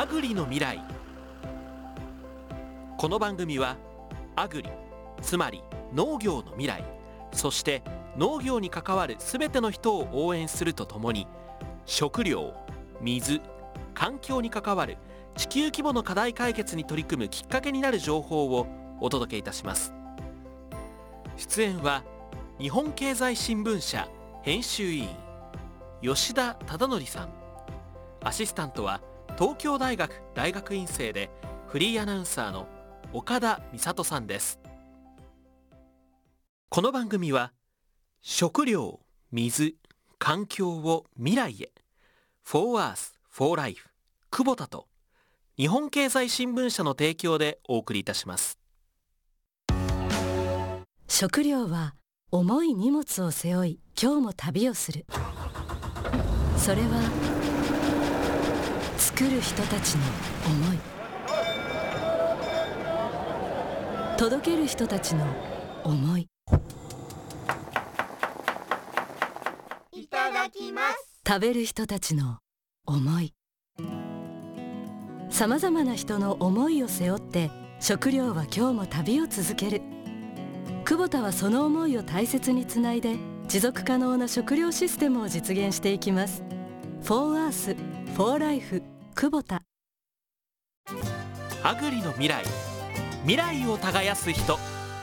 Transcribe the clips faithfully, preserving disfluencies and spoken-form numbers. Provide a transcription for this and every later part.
アグリの未来。この番組はアグリ、つまり農業の未来、そして農業に関わるすべての人を応援するとともに、食料、水、環境に関わる地球規模の課題解決に取り組むきっかけになる情報をお届けいたします。出演は日本経済新聞社編集委員吉田忠則さん、アシスタントは東京大学大学院生でフリーアナウンサーの岡田美里さんです。この番組は食料、水、環境を未来へ For Earth, For Life クボタと日本経済新聞社の提供でお送りいたします。 食料は重い荷物を背負い今日も旅をする。それは作る人たちの思い、届ける人たちの思い、 いただきます。 食べる人たちの思い。さまざまな人の思いを背負って食料は今日も旅を続ける。クボタはその思いを大切につないで持続可能な食料システムを実現していきます。 For Earth, For Life クボタ。 アグリの未来、未来を耕す人。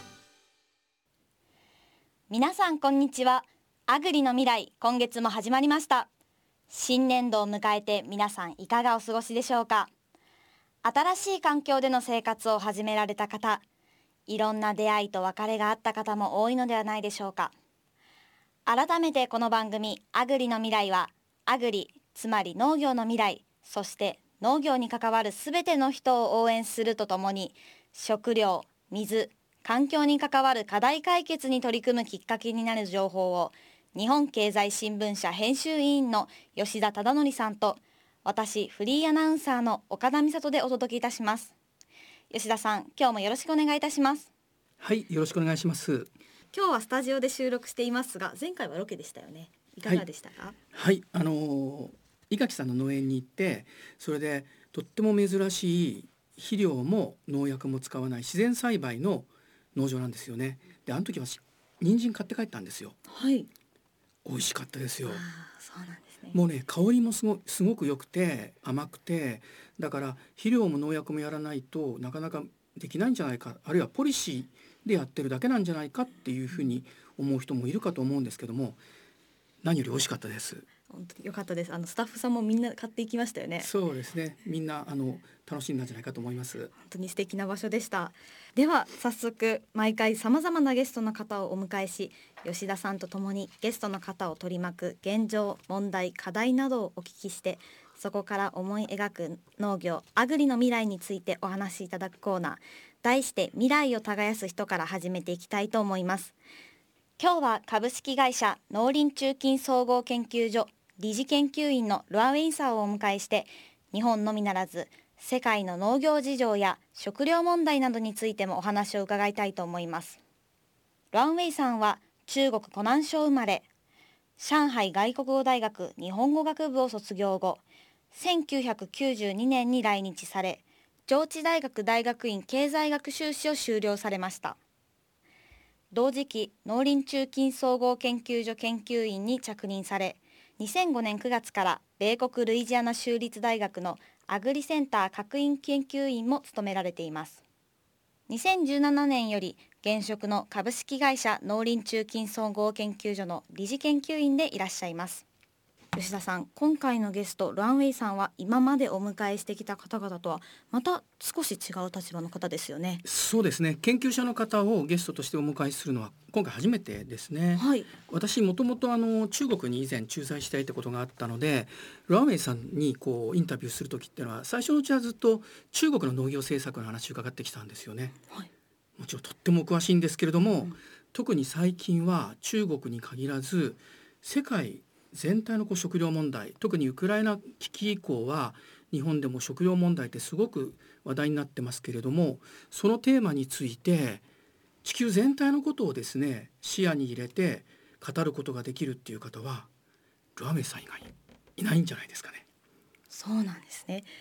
皆さんこんにちは。アグリの未来、今月も始まりました。新年度を迎えて皆さんいかがお過ごしでしょうか。新しい環境での生活を始められた方、いろんな出会いと別れがあった方も多いのではないでしょうか。改めてこの番組アグリの未来は、アグリ、つまり農業の未来、そして農業に関わるすべての人を応援するとともに、食料、水、環境に関わる課題解決に取り組むきっかけになる情報を、日本経済新聞社編集委員の吉田忠則さんと、私フリーアナウンサーの岡田美里でお届けいたします。吉田さん、今日もよろしくお願いいたします。 はい、よろしくお願いします。 今日はスタジオで収録していますが、前回はロケでしたよね。いかがでしたか？ はい、はい、あの伊垣さんの農園に行って、それでとっても珍しい肥料も農薬も使わない自然栽培の農場なんですよね。で、あの時は人参買って帰ったんですよ。 はい。 美味しかったですよ。 あ、そうなんですね。 もうね、香りもすご、すごく良くて甘くて、だから肥料も農薬もやらないとなかなかできないんじゃないか、あるいはポリシーでやってるだけなんじゃないかっていうふうに思う人もいるかと思うんですけども、何より美味しかったです。 本当に良かったです。あのスタッフさんもみんな買っていきましたよね。 そうですね、みんなあの楽しんだんじゃないかと思います。 本当に素敵な場所でした。では早速、毎回さまざまなゲストの方をお迎えし、吉田さんとともにゲストの方を取り巻く現状、問題、課題などをお聞きして、そこから思い描く農業、アグリの未来についてお話しいただくコーナー、題して未来を耕す人から始めていきたいと思います。今日は株式会社農林中金総合研究所理事研究員のルアン・ウェインさんをお迎えして、日本のみならず世界の農業事情や食料問題などについてもお話を伺いたいと思います。ルアン・ウェイさんは中国湖南省生まれ、上海外国語大学日本語学部を卒業後、せんきゅうひゃくきゅうじゅうにねんに来日され、上智大学大学院経済学修士を修了されました。同時期、農林中金総合研究所研究員に着任され、にせんごねんくがつから米国ルイジアナ州立大学のアグリセンター客員研究員も務められています。にせんじゅうななねんより現職の株式会社農林中金総合研究所の理事研究員でいらっしゃいます。吉田さん、今回のゲストルアン・ウェイさんは今までお迎えしてきた方々とはまた少し違う立場の方ですよね。 そうですね、研究者の方をゲストとしてお迎えするのは今回初めてですね。 はい、 私もともとあの中国に以前駐在したいってことがあったので、ルアン・ウェイさんにこうインタビューする時っていうのは最初のうちはずっと中国の農業政策の話を伺ってきたんですよね。 はい、 もちろんとってもお詳しいんですけれども、 うん、 特に最近は中国に限らず世界全体のこう食料問題、特にウクライナ危機以降は日本でも食料問題ってすごく話題になってますけれども、そのテーマについて地球全体のことをですね視野に入れて語ることができるっていう方はルアン・ウェイさん以外いないんじゃないですかね。 そうなんですね。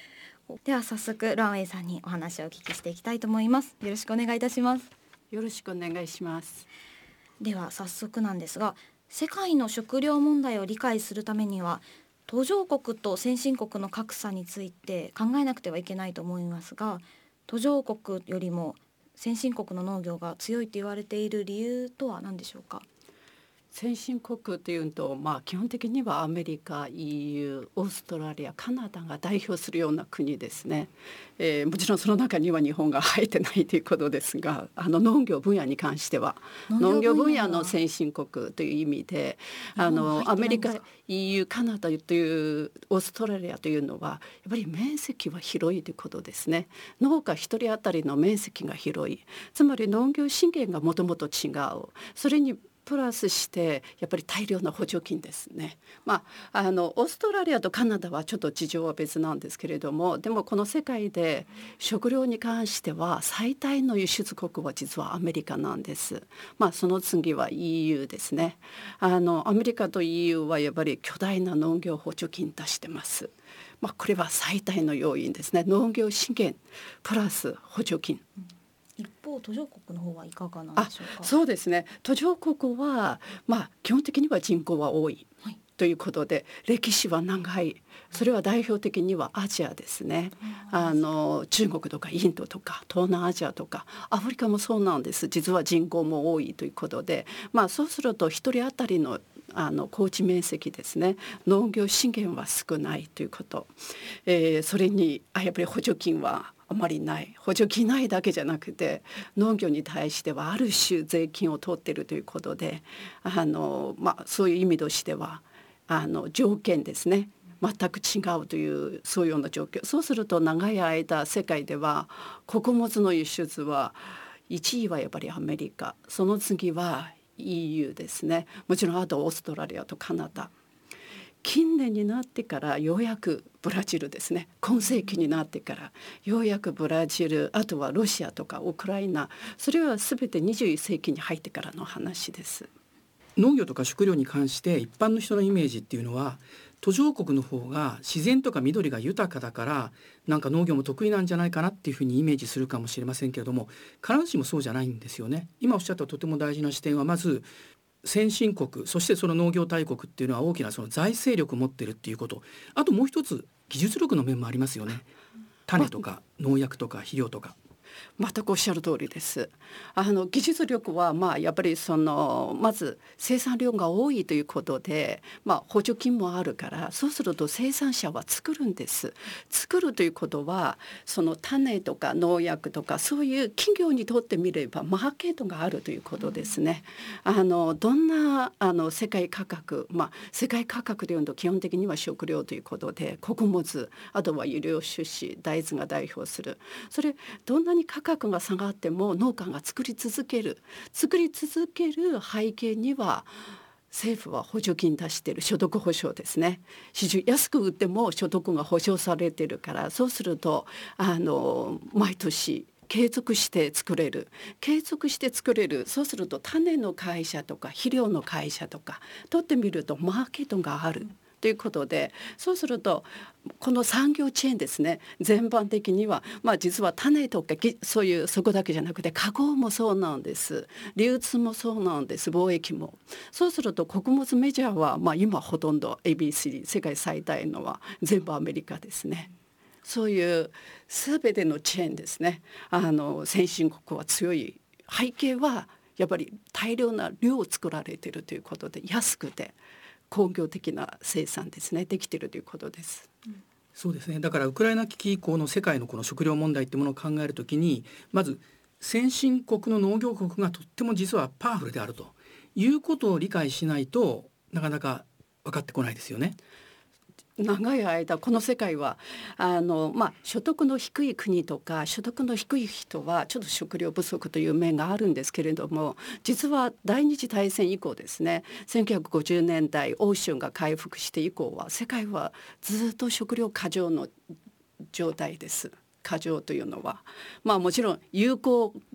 では早速ランウェイさんにお話をお聞きしていきたいと思います。よろしくお願いいたします。 よろしくお願いします。 では早速なんですが、世界の食料問題を理解するためには途上国と先進国の格差について考えなくてはいけないと思いますが、途上国よりも先進国の農業が強いと言われている理由とは何でしょうか。 先進国というと、まあ、基本的にはアメリカ、 イーユー、オーストラリア、カナダが代表するような国ですね、えー、もちろんその中には日本が入ってないということですが、あの農業分野に関しては農業分野の先進国という意味で、あのアメリカ、 イーユー、カナダというオーストラリアというのはやっぱり面積は広いということですね。農家一人当たりの面積が広い、つまり農業資源がもともと違う、それにプラスしてやっぱり大量な補助金ですね。まあ、あのオーストラリアとカナダはちょっと事情は別なんですけれども、でもこの世界で食料に関しては最大の輸出国は実はアメリカなんです。まあ、その次は イーユー ですね。あのアメリカと イーユー はやっぱり巨大な農業補助金出してます。まあ、これは最大の要因ですね。農業資源プラス補助金。 一方途上国の方はいかがなんでしょうか。 そうですね、途上国は、まあ、基本的には人口は多い、はい、ということで歴史は長い。それは代表的にはアジアですね、うん、あの中国とかインドとか東南アジアとかアフリカもそうなんです。実は人口も多いということで、まあ、そうすると一人当たりのあの耕地面積ですね、農業資源は少ないということ、えー、それにあやっぱり補助金はあまりない。補助金ないだけじゃなくて農業に対してはある種税金を取っているということで、あの、まあ、そういう意味としてはあの条件ですね全く違うというそういうような状況。そうすると長い間世界では穀物の輸出はいちいはやっぱりアメリカ、その次は イーユー ですね。もちろんあとオーストラリアとカナダ。近年になってからようやくブラジルですね。今世紀になってからようやくブラジル、あとはロシアとかウクライナ、それは全てにじゅういっ世紀に入ってからの話です。 農業とか食料に関して一般の人のイメージっていうのは、途上国の方が自然とか緑が豊かだからなんか農業も得意なんじゃないかなっていうふうにイメージするかもしれませんけれども、必ずしもそうじゃないんですよね。今おっしゃったとても大事な視点は、まず先進国、そしてその農業大国っていうのは大きなその財政力を持っているっていうこと、あともう一つ技術力の面もありますよね。種とか農薬とか肥料とか。 全くおっしゃる通りです。あの技術力はまあやっぱりそのまず生産量が多いということで、まあ、補助金もあるから、そうすると生産者は作るんです。作るということはその種とか農薬とかそういう企業にとってみればマーケットがあるということですね。あのどんなあの世界価格、まあ、世界価格でいうと基本的には食料ということで、穀物、あとは輸料種子、大豆が代表する。それどんなに価格が下がっても農家が作り続ける作り続ける背景には政府は補助金出している所得保障ですね。市場安く売っても所得が保障されているから、そうするとあの毎年継続して作れる継続して作れるそうすると種の会社とか肥料の会社とか取ってみるとマーケットがあるということで、そうするとこの産業チェーンですね、全般的には、まあ、実は種とかそういうそこだけじゃなくて加工もそうなんです。流通もそうなんです。貿易も。そうすると穀物メジャーは、まあ、今ほとんど エービーシー 世界最大のは全部アメリカですね。そういう全てのチェーンですね、あの先進国は強い背景はやっぱり大量な量を作られているということで、安くて工業的な生産ですねできているということです、うん、 そうですね。だからウクライナ危機以降の世界のこの食料問題ってものを考えるときに、まず先進国の農業国がとっても実はパワフルであるということを理解しないとなかなか分かってこないですよね。 長い間この世界はあの、まあ、所得の低い国とか所得の低い人はちょっと食料不足という面があるんですけれども、実は第二次大戦以降ですね、せんきゅうひゃくごじゅうねんだい欧州が回復して以降は世界はずっと食料過剰の状態です。過剰というのは、まあ、もちろん友好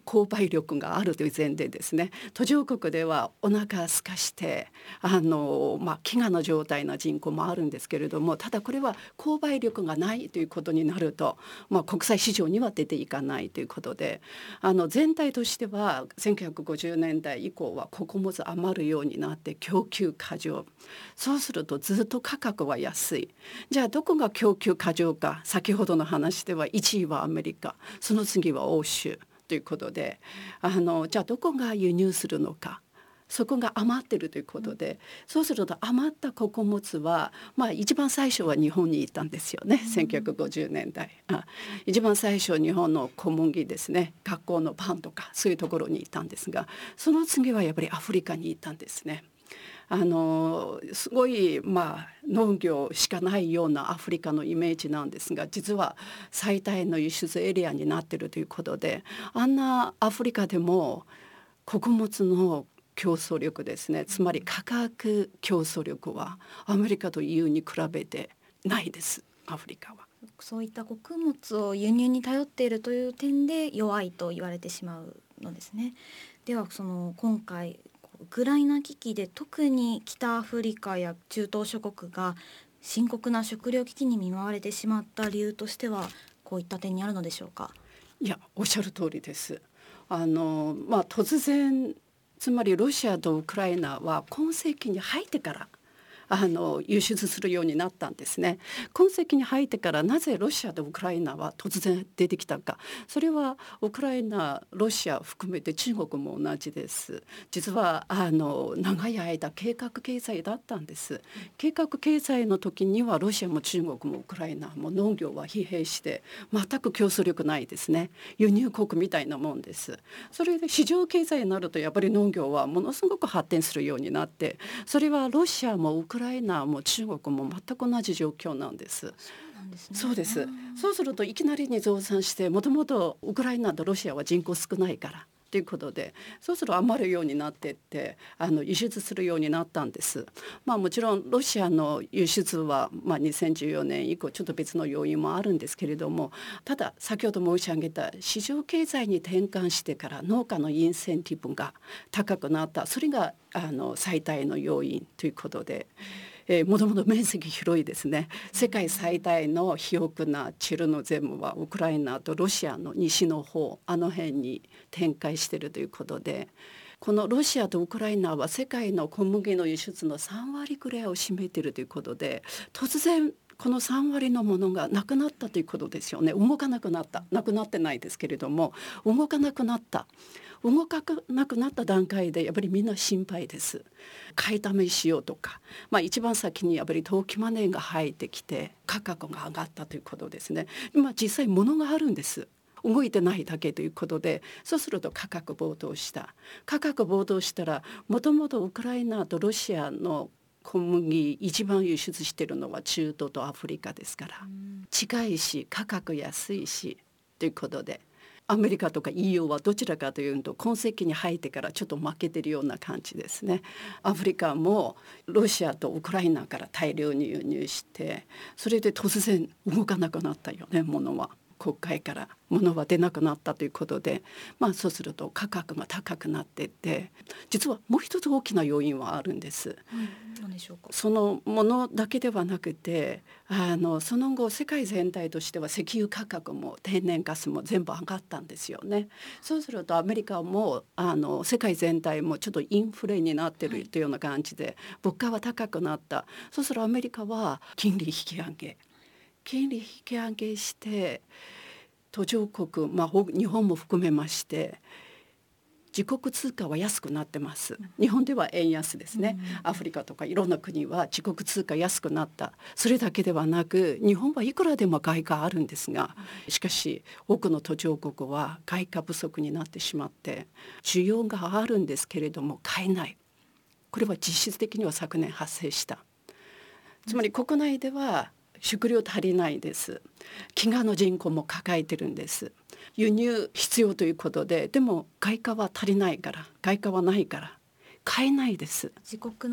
購買力があるという前提ですね。途上国ではお腹空かしてあの、まあ、飢餓の状態な人口もあるんですけれども、ただこれは購買力がないということになると、まあ、国際市場には出ていかないということで、あの全体としてはせんきゅうひゃくごじゅうねんだい以降は穀物余るようになって供給過剰、そうするとずっと価格は安い。じゃあどこが供給過剰か、先ほどの話ではいちいはアメリカ、その次は欧州ということで、あのじゃあどこが輸入するのか、そこが余ってるということで、そうすると余った穀物は、まあ、一番最初は日本に行ったんですよね。せんきゅうひゃくごじゅうねんだい、あ一番最初日本の小麦ですね、学校のパンとかそういうところに行ったんですが、その次はやっぱりアフリカに行ったんですね。あのすごい、まあ、農業しかないようなアフリカのイメージなんですが、実は最大の輸出エリアになっているということで、あんなアフリカでも穀物の競争力ですね、つまり価格競争力はアメリカと イーユー に比べてないです。アフリカはそういった穀物を輸入に頼っているという点で弱いと言われてしまうのですね。ではその今回ウクライナ危機で特に北アフリカや中東諸国が深刻な食糧危機に見舞われてしまった理由としてはこういった点にあるのでしょうか。 いや、おっしゃる通りです。あの、まあ、突然つまりロシアとウクライナは今世紀に入ってからあの輸出するようになったんですね。今世紀に入ってからなぜロシアとウクライナは突然出てきたか、それはウクライナ、ロシア含めて中国も同じです。実はあの長い間計画経済だったんです。計画経済の時にはロシアも中国もウクライナも農業は疲弊して全く競争力ないですね。輸入国みたいなもんです。それで市場経済になるとやっぱり農業はものすごく発展するようになって、それはロシアもウクライナも中国も全く同じ状況なんです。 そうなんですね。 そうです。そうするといきなりに増産して、もともとウクライナとロシアは人口少ないからということで、そうすると余るようになっていってあの輸出するようになったんです。まあ、もちろんロシアの輸出は、まあ、にせんじゅうよねん以降ちょっと別の要因もあるんですけれども、ただ先ほど申し上げた市場経済に転換してから農家のインセンティブが高くなった、それがあの最大の要因ということで、えー、もともと面積広いですね。世界最大の肥沃なチルノゼムはウクライナとロシアの西の方、あの辺に展開しているということで、このロシアとウクライナは世界の小麦の輸出のさんわりくらいを占めているということで、突然このさんわりのものがなくなったということですよね。動かなくなった、なくなってないですけれども動かなくなった。動かなくなった段階でやっぱりみんな心配です。買いだめしようとか、まあ、一番先にやっぱり投機マネーが入ってきて価格が上がったということですね。今実際物があるんです。動いてないだけということで、そうすると価格暴騰した。価格暴騰したら、もともとウクライナとロシアの小麦一番輸出しているのは中東とアフリカですから、近いし価格安いしということで、アメリカとか イーユー はどちらかというと今世紀に入ってからちょっと負けてるような感じですね。アフリカもロシアとウクライナから大量に輸入して、それで突然動かなくなったよね。物は国会から物は出なくなったということで、まあ、そうすると価格が高くなっていって、実はもう一つ大きな要因はあるんです。 うん、何でしょうか。 そのものだけではなくて、あのその後世界全体としては石油価格も天然ガスも全部上がったんですよね。そうするとアメリカもあの世界全体もちょっとインフレになってるというような感じで、物価は高くなった。そうするとアメリカは金利引き上げ金利引き上げして途上国、まあ、日本も含めまして自国通貨は安くなってます。日本では円安ですね。アフリカとかいろんな国は自国通貨安くなった。それだけではなく、日本はいくらでも外貨あるんですが、しかし多くの途上国は外貨不足になってしまって、需要があるんですけれども買えない。これは実質的には昨年発生した。つまり国内では食料足りないです。飢餓の人口も抱えてるんです。輸入必要ということで、でも外貨は足りないから、外貨はないから買えないです。 自国の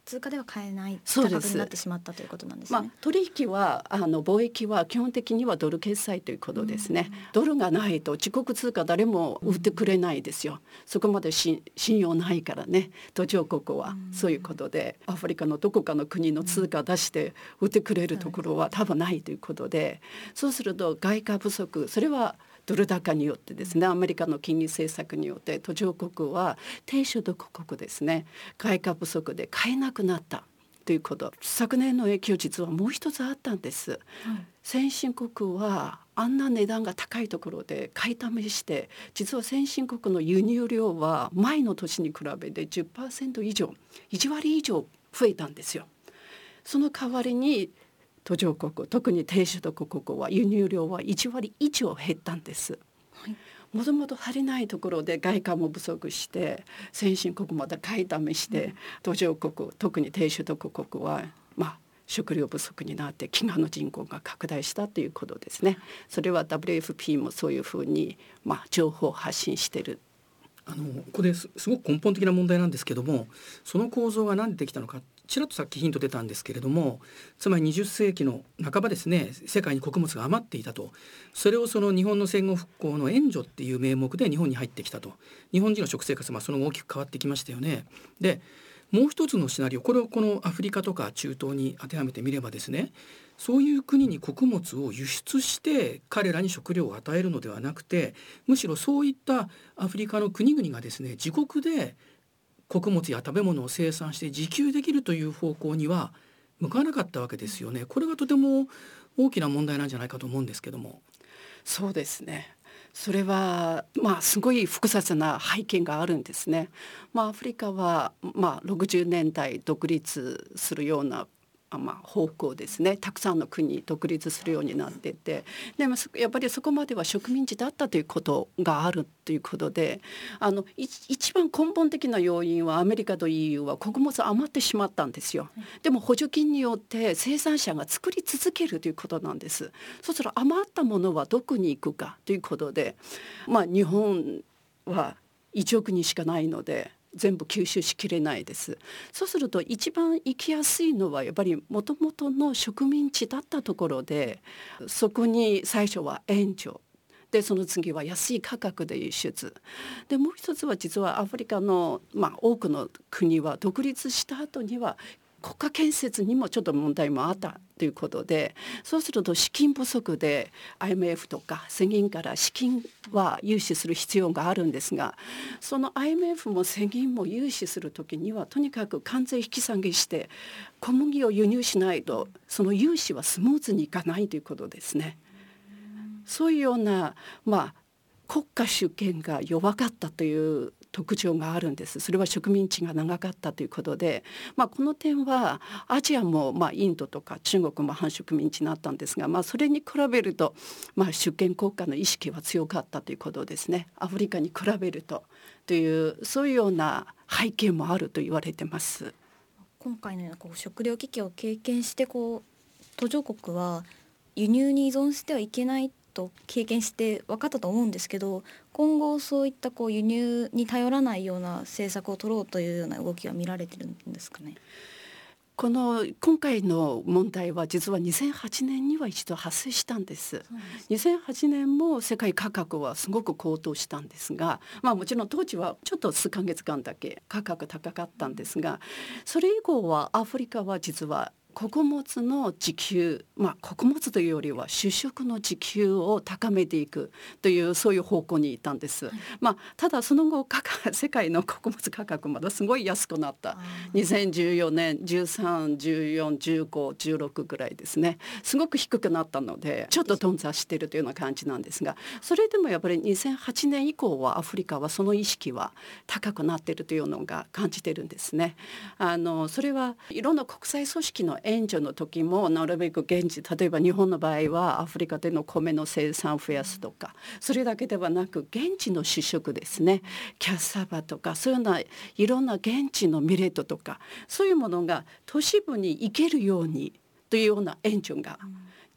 通貨では買えないそうです価格になってしまったということなんですね。 まあ、取引はあの貿易は基本的にはドル決済ということですね、うん、ドルがないと自国通貨誰も売ってくれないですよ、うん、そこまで信用ないからね、途上国は、うん、そういうことでアフリカのどこかの国の通貨出して売ってくれるところは多分ないということで、そうすると外貨不足、それはドル高によってですね、アメリカの金利政策によって途上国は低所得国ですね、外貨不足で買えなくなったということ。昨年の影響実はもう一つあったんです、うん、先進国はあんな値段が高いところで買いためして、実は先進国の輸入量は前の年に比べて じゅっパーセント 以上、いち割以上増えたんですよ。その代わりに途上国、特に低所得国は輸入量はいち割以上減ったんです。もともと足りないところで外貨も不足して先進国まで買いだめして、うん、途上国、特に低所得国は、まあ、食料不足になって飢餓の人口が拡大したということですね。それは ダブリューエフピー もそういうふうに、まあ、情報を発信している。 あのここですすごく根本的な問題なんですけども、その構造が何でできたのか、ちらっとさっきヒント出たんですけれども、つまりにじゅっ世紀の半ばですね、世界に穀物が余っていたと、それをその日本の戦後復興の援助っていう名目で日本に入ってきたと、日本人の食生活はその後大きく変わってきましたよね。でもう一つのシナリオ、これをこのアフリカとか中東に当てはめてみればですね、そういう国に穀物を輸出して彼らに食料を与えるのではなくて、むしろそういったアフリカの国々がですね、自国で穀物や食べ物を生産して自給できるという方向には向かなかったわけですよね。これがとても大きな問題なんじゃないかと思うんですけども。 そうですね、それはまあすごい複雑な背景があるんですね。まあ、アフリカはまあろくじゅうねんだい独立するようなまあ、方向ですね、たくさんの国独立するようになっていて、でもやっぱりそこまでは植民地だったということがあるということで、あの一番根本的な要因はアメリカと イーユー は穀物余ってしまったんですよ。でも補助金によって生産者が作り続けるということなんです。そうすると余ったものはどこに行くかということで、まあ、日本はいちおくにんしかないので全部吸収しきれないです。そうすると一番行きやすいのはやっぱりもともとの植民地だったところで、そこに最初は援助で、その次は安い価格で輸出で、もう一つは実はアフリカの、まあ、多くの国は独立した後には国家建設にもちょっと問題もあったということで、そうすると資金不足で アイエムエフ とか世銀から資金は融資する必要があるんですが、その アイエムエフ も世銀も融資するときにはとにかく関税引き下げして小麦を輸入しないとその融資はスムーズにいかないということですね。そういうような、まあ、国家主権が弱かったという特徴があるんです。それは植民地が長かったということで、まあ、この点はアジアも、まあ、インドとか中国も反植民地になったんですが、まあ、それに比べると、まあ、主権国家の意識は強かったということですね。アフリカに比べるとというそういうような背景もあると言われてます。 今回のようなこう食糧危機を経験して、こう途上国は輸入に依存してはいけないと経験して分かったと思うんですけど、今後そういったこう輸入に頼らないような政策を取ろうというような動きは見られてるんですかね。 この今回の問題は実はにせんはちねんには一度発生したんです。ですにせんはちねんも世界価格はすごく高騰したんですが、まあ、もちろん当時はちょっと数ヶ月間だけ価格高かったんですが、それ以降はアフリカは実は穀物の自給、まあ、穀物というよりは主食の自給を高めていくというそういう方向にいたんです、はい。まあ、ただその後世界の穀物価格まだすごい安くなったにせんじゅうよねんじゅうさん、じゅうよん、じゅうご、じゅうろくぐらいですね、すごく低くなったのでちょっと頓挫しているというような感じなんですが、それでもやっぱりにせんはちねん以降はアフリカはその意識は高くなっているというのが感じているんですね。あのそれはいろんな国際組織の援助の時もなるべく現地、例えば日本の場合はアフリカでの米の生産を増やすとか、それだけではなく現地の主食ですね、キャッサバとかそういうようないろんな現地のミレットとかそういうものが都市部に行けるようにというような援助が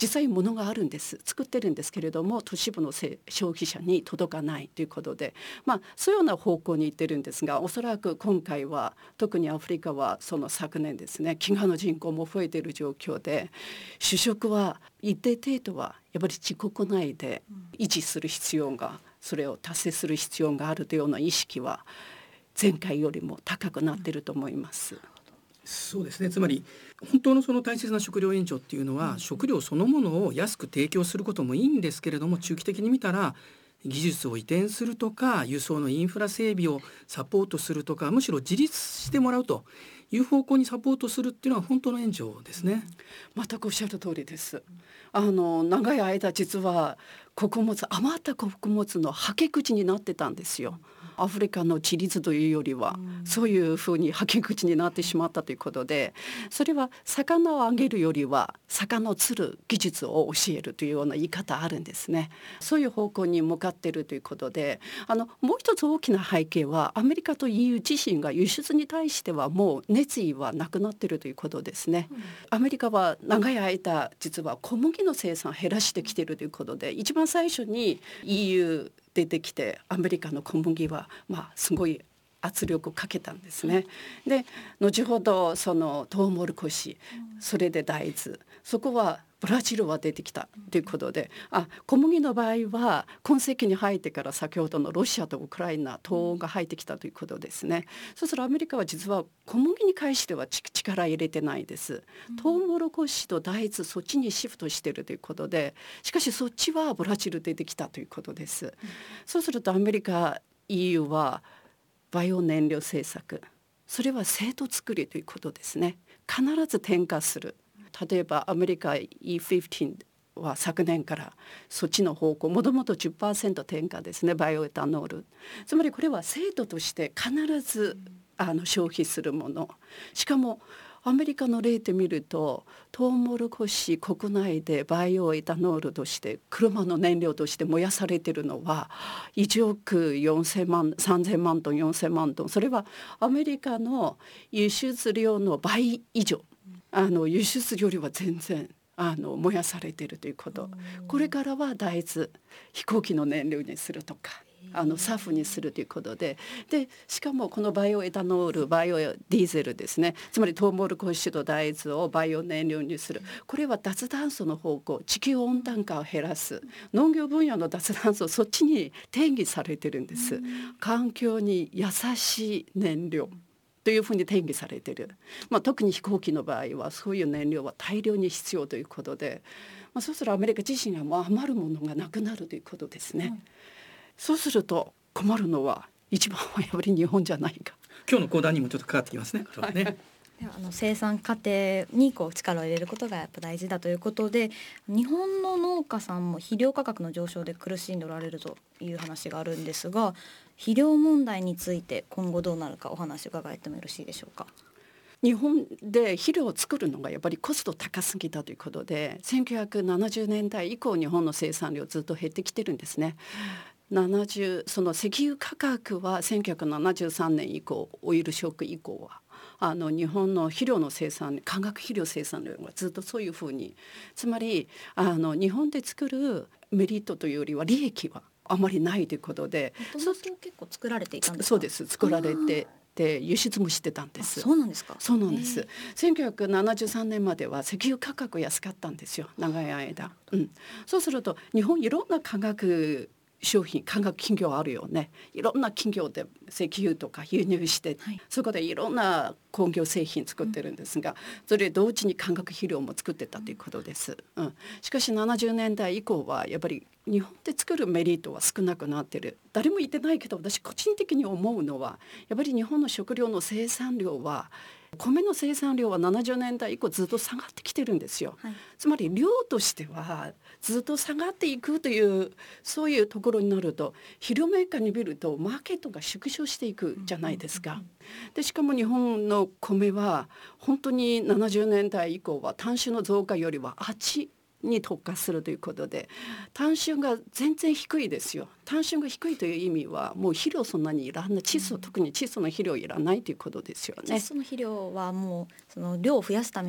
実際物があるんです、作ってるんですけれども都市部の消費者に届かないということで、まあ、そういうような方向に行ってるんですが、おそらく今回は特にアフリカはその昨年ですね、飢餓の人口も増えている状況で、主食は一定程度はやっぱり自国内で維持する必要が、それを達成する必要があるというような意識は前回よりも高くなっていると思います。 そうですね、つまり本当のその大切な食料援助っていうのは、うん、食料そのものを安く提供することもいいんですけれども、中期的に見たら技術を移転するとか輸送のインフラ整備をサポートするとか、むしろ自立してもらうという方向にサポートするっていうのは本当の援助ですね。 全くおっしゃる通りです。あの長い間実は穀物、余った穀物のはけ口になってたんですよ。アフリカの自立というよりは、うん、そういうふうにはけ口になってしまったということで、それは魚をあげるよりは魚を釣る技術を教えるというような言い方あるんですね。そういう方向に向かっているということで、あのもう一つ大きな背景はアメリカと イーユー 自身が輸出に対してはもう熱意はなくなっているということですね、うん、アメリカは長い間実は小麦の生産を減らしてきているということで、一番最初に イーユー 出てきてアメリカの小麦はまあすごい圧力をかけたんですね。で後ほどそのトウモロコシ、それで大豆、そこはブラジルは出てきたということで、あ小麦の場合は今世紀に入ってから先ほどのロシアとウクライナ東欧が入ってきたということですね。そうするとアメリカは実は小麦に関しては力入れてないです。トウモロコシと大豆、そっちにシフトしているということで、しかしそっちはブラジル出てきたということです。そうするとアメリカ イーユー はバイオ燃料政策、それは制度作りということですね。必ず転嫁する。例えばアメリカ イーフィフティーン は昨年からそっちの方向、もともと じゅっパーセント 転嫁ですね、バイオエタノール。つまりこれは制度として必ずあの消費するもの。しかもアメリカの例で見るとトウモロコシ国内でバイオエタノールとして車の燃料として燃やされているのはいちおくよんせんまんさんぜんまんトンよんせんまんトン、それはアメリカの輸出量の倍以上、あの輸出よりは全然あの燃やされているということ。これからは大豆飛行機の燃料にするとか、あのサーフにするということで、でしかもこのバイオエタノール、バイオディーゼルですね、つまりトウモロコシと大豆をバイオ燃料にする、これは脱炭素の方向、地球温暖化を減らす、農業分野の脱炭素、そっちに定義されてるんです。環境に優しい燃料というふうに定義されている、まあ、特に飛行機の場合はそういう燃料は大量に必要ということで、まあ、そうするとアメリカ自身がもう余るものがなくなるということですね、うん、そうすると困るのは一番はやっぱり日本じゃないか。 今日の講談にもちょっとかかってきますね。そうねあの生産過程にこう力を入れることがやっぱ大事だということで、日本の農家さんも肥料価格の上昇で苦しんでおられるという話があるんですが、肥料問題について今後どうなるかお話伺ってもよろしいでしょうか。 日本で肥料を作るのがやっぱりコスト高すぎたということで、せんきゅうひゃくななじゅうねんだい以降日本の生産量ずっと減ってきてるんですね。ななじゅうその石油価格はせんきゅうひゃくななじゅうさんねん以降、オイルショック以降はあの日本の肥料の生産、化学肥料生産量がずっとそういうふうに、つまりあの日本で作るメリットというよりは利益はあまりないということで、 もともと結構作られていたんですか。 そうです、作られてで輸出もしてたんです。 そうなんですか。 そうなんです。せんきゅうひゃくななじゅうさんねんまでは石油価格安かったんですよ、長い間、うん、そうすると日本いろんな化学商品、化学企業あるよね。いろんな企業で石油とか輸入して、はい、そこでいろんな工業製品作ってるんですが、うん、それ同時に化学肥料も作ってたということです、うん、しかしななじゅうねんだい以降はやっぱり日本で作るメリットは少なくなってる。誰も言ってないけど、私個人的に思うのはやっぱり日本の食料の生産量は、米の生産量はななじゅうねんだい以降ずっと下がってきてるんですよ、はい、つまり量としてはずっと下がっていくという、そういうところになると肥料メーカーに見るとマーケットが縮小していくじゃないですか。でしかも日本の米は本当にななじゅうねんだい以降は単種の増加よりはあっちに特化するということで、単種が全然低いですよ。単種が低いという意味はもう肥料そんなにいらない、窒素、特に窒素の肥料いらないということですよね。 窒素の肥料はもうその量を増やすために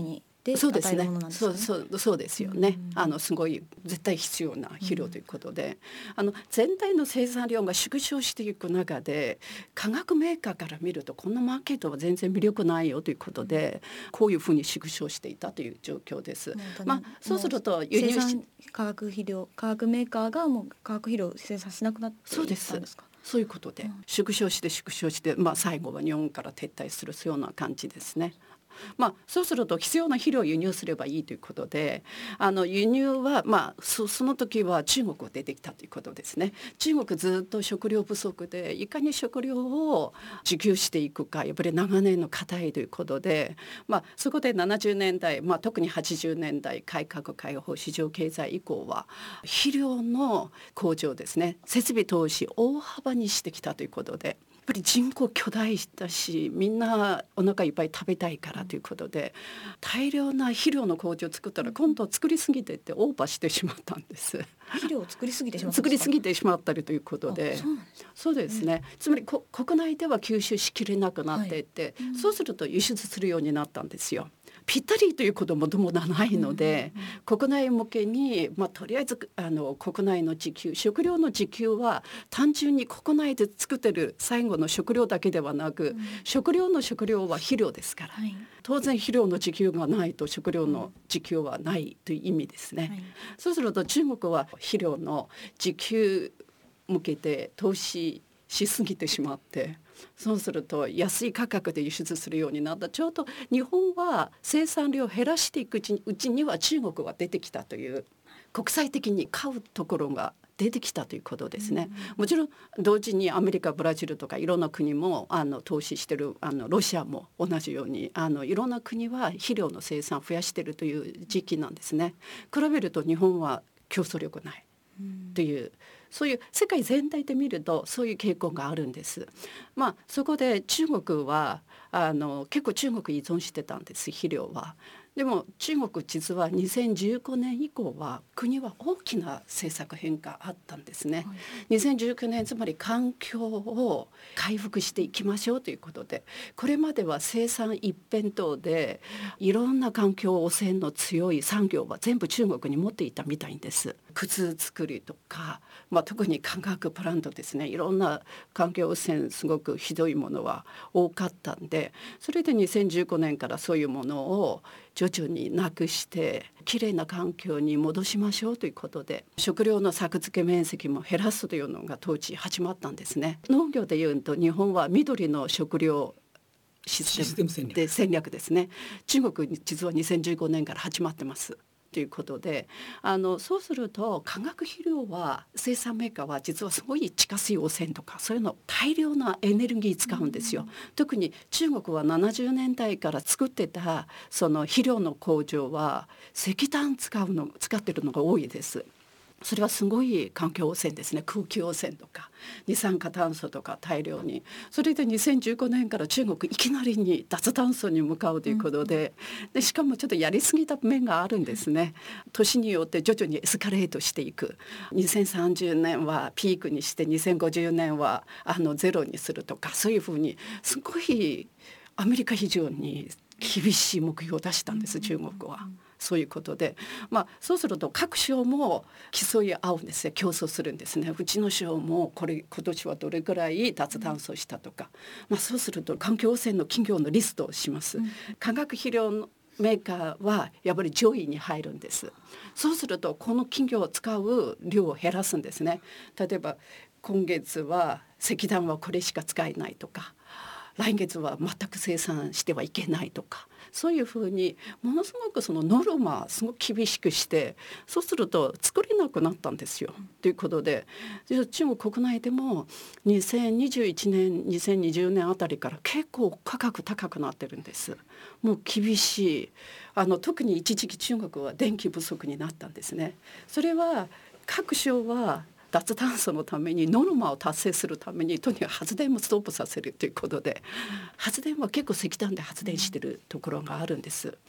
でそうですね与えるものなんですかね。 そうそうそうですよね、 うんあのすごい絶対必要な肥料ということで、うん、あの全体の生産量が縮小していく中で化学メーカーから見るとこんなマーケットは全然魅力ないよということで、こういうふうに縮小していたという状況です。まあ、そうすると輸入し生産化学肥料化学メーカーがもう化学肥料を生産しなくなっていったんですか。 そうですそういうことで、うん、縮小して縮小して、まあ、最後は日本から撤退するような感じですね。まあ、そうすると必要な肥料を輸入すればいいということで、あの輸入は、まあ、そ, その時は中国が出てきたということですね。中国ずっと食料不足でいかに食料を自給していくかやっぱり長年の課題ということで、まあ、そこでななじゅうねんだい、まあ、特にはちじゅうねんだい改革開放市場経済以降は肥料の向上ですね、設備投資大幅にしてきたということで、やっぱり人口巨大だしみんなお腹いっぱい食べたいからということで、大量な肥料の工場を作ったら今度は作りすぎてってオーバーしてしまったんです。 肥料を作りすぎてしまったんですか。 作りすぎてしまったりということで、 そうなんですか。 そうですね、うん、つまりこ国内では吸収しきれなくなっていって、はい、うん、そうすると輸出するようになったんですよ。ぴったりということもどもないので、うん、国内向けに、まあ、とりあえずあの国内の自給食料の自給は単純に国内で作ってる最後の食料だけではなく、うん、食料の食料は肥料ですから、はい、当然肥料の自給がないと食料の自給はないという意味ですね、はい、そうすると中国は肥料の自給向けて投資しすぎてしまって、そうすると安い価格で輸出するようになった。ちょうど日本は生産量を減らしていくうちには中国が出てきたという、国際的に買うところが出てきたということですね、うん、もちろん同時にアメリカ、ブラジルとかいろんな国もあの投資してる、あのロシアも同じようにあのいろんな国は肥料の生産を増やしているという時期なんですね。比べると日本は競争力ないという、うん、そういう世界全体で見るとそういう傾向があるんです。まあ、そこで中国はあの結構中国依存してたんです、肥料は。でも中国実はにせんじゅうごねん以降は国は大きな政策変化あったんですね、はい、にせんじゅうきゅうねんつまり環境を回復していきましょうということで、これまでは生産一辺倒でいろんな環境汚染の強い産業は全部中国に持っていたみたいです。靴作りとか、まあ、特に化学プラントですね、いろんな環境汚染すごくひどいものは多かったんで、それでにせんじゅうごねんからそういうものを徐々になくしてきれいな環境に戻しましょうということで、食料の作付け面積も減らすというのが当時始まったんですね。農業でいうと日本は緑の食料システム戦略で戦略ですね。中国実はにせんじゅうごねんから始まってますということで、あのそうすると化学肥料は生産メーカーは実はすごい地下水汚染とかそういうの大量なエネルギー使うんですよ、うん、特に中国はななじゅうねんだいから作ってたその肥料の工場は石炭使うの使ってるのが多いです。それはすごい環境汚染ですね。空気汚染とか二酸化炭素とか大量に。それでにせんじゅうごねんから中国いきなりに脱炭素に向かうということで、うん、でしかもちょっとやりすぎた面があるんですね。年によって徐々にエスカレートしていく。にせんさんじゅうねんはピークにしてにせんごじゅうねんはあのゼロにするとか、そういうふうにすごいアメリカ以上に厳しい目標を出したんです、中国は。そういうことで、まあ、そうすると各省も競い合うんですよ、競争するんですね。うちの省もこれ今年はどれぐらい脱炭素したとか、まあ、そうすると環境汚染の企業のリストをします。化学肥料のメーカーはやっぱり上位に入るんです。そうするとこの企業を使う量を減らすんですね。例えば今月は石炭はこれしか使えないとか、来月は全く生産してはいけないとか、そういうふうにものすごくそのノルマすごく厳しくして、そうすると作れなくなったんですよ、うん、ということで中国国内でもにせんにじゅういちねんにせんにじゅうねんあたりから結構価格高くなってるんです。もう厳しい。あの特に一時期中国は電気不足になったんですね。それは各省は脱炭素のためにノルマを達成するためにとにかく発電もストップさせるということで、発電は結構石炭で発電しているところがあるんです。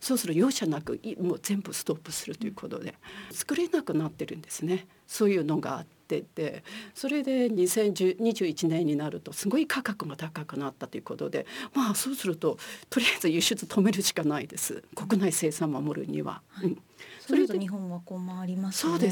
そうすると容赦なくもう全部ストップするということで作れなくなってるんですね。そういうのがあってて、それでにせんにじゅういちねんになるとすごい価格が高くなったということで、まあそうするととりあえず輸出止めるしかないです。国内生産を守るには、 はい、うん、それと日本は困りますね。 そうです。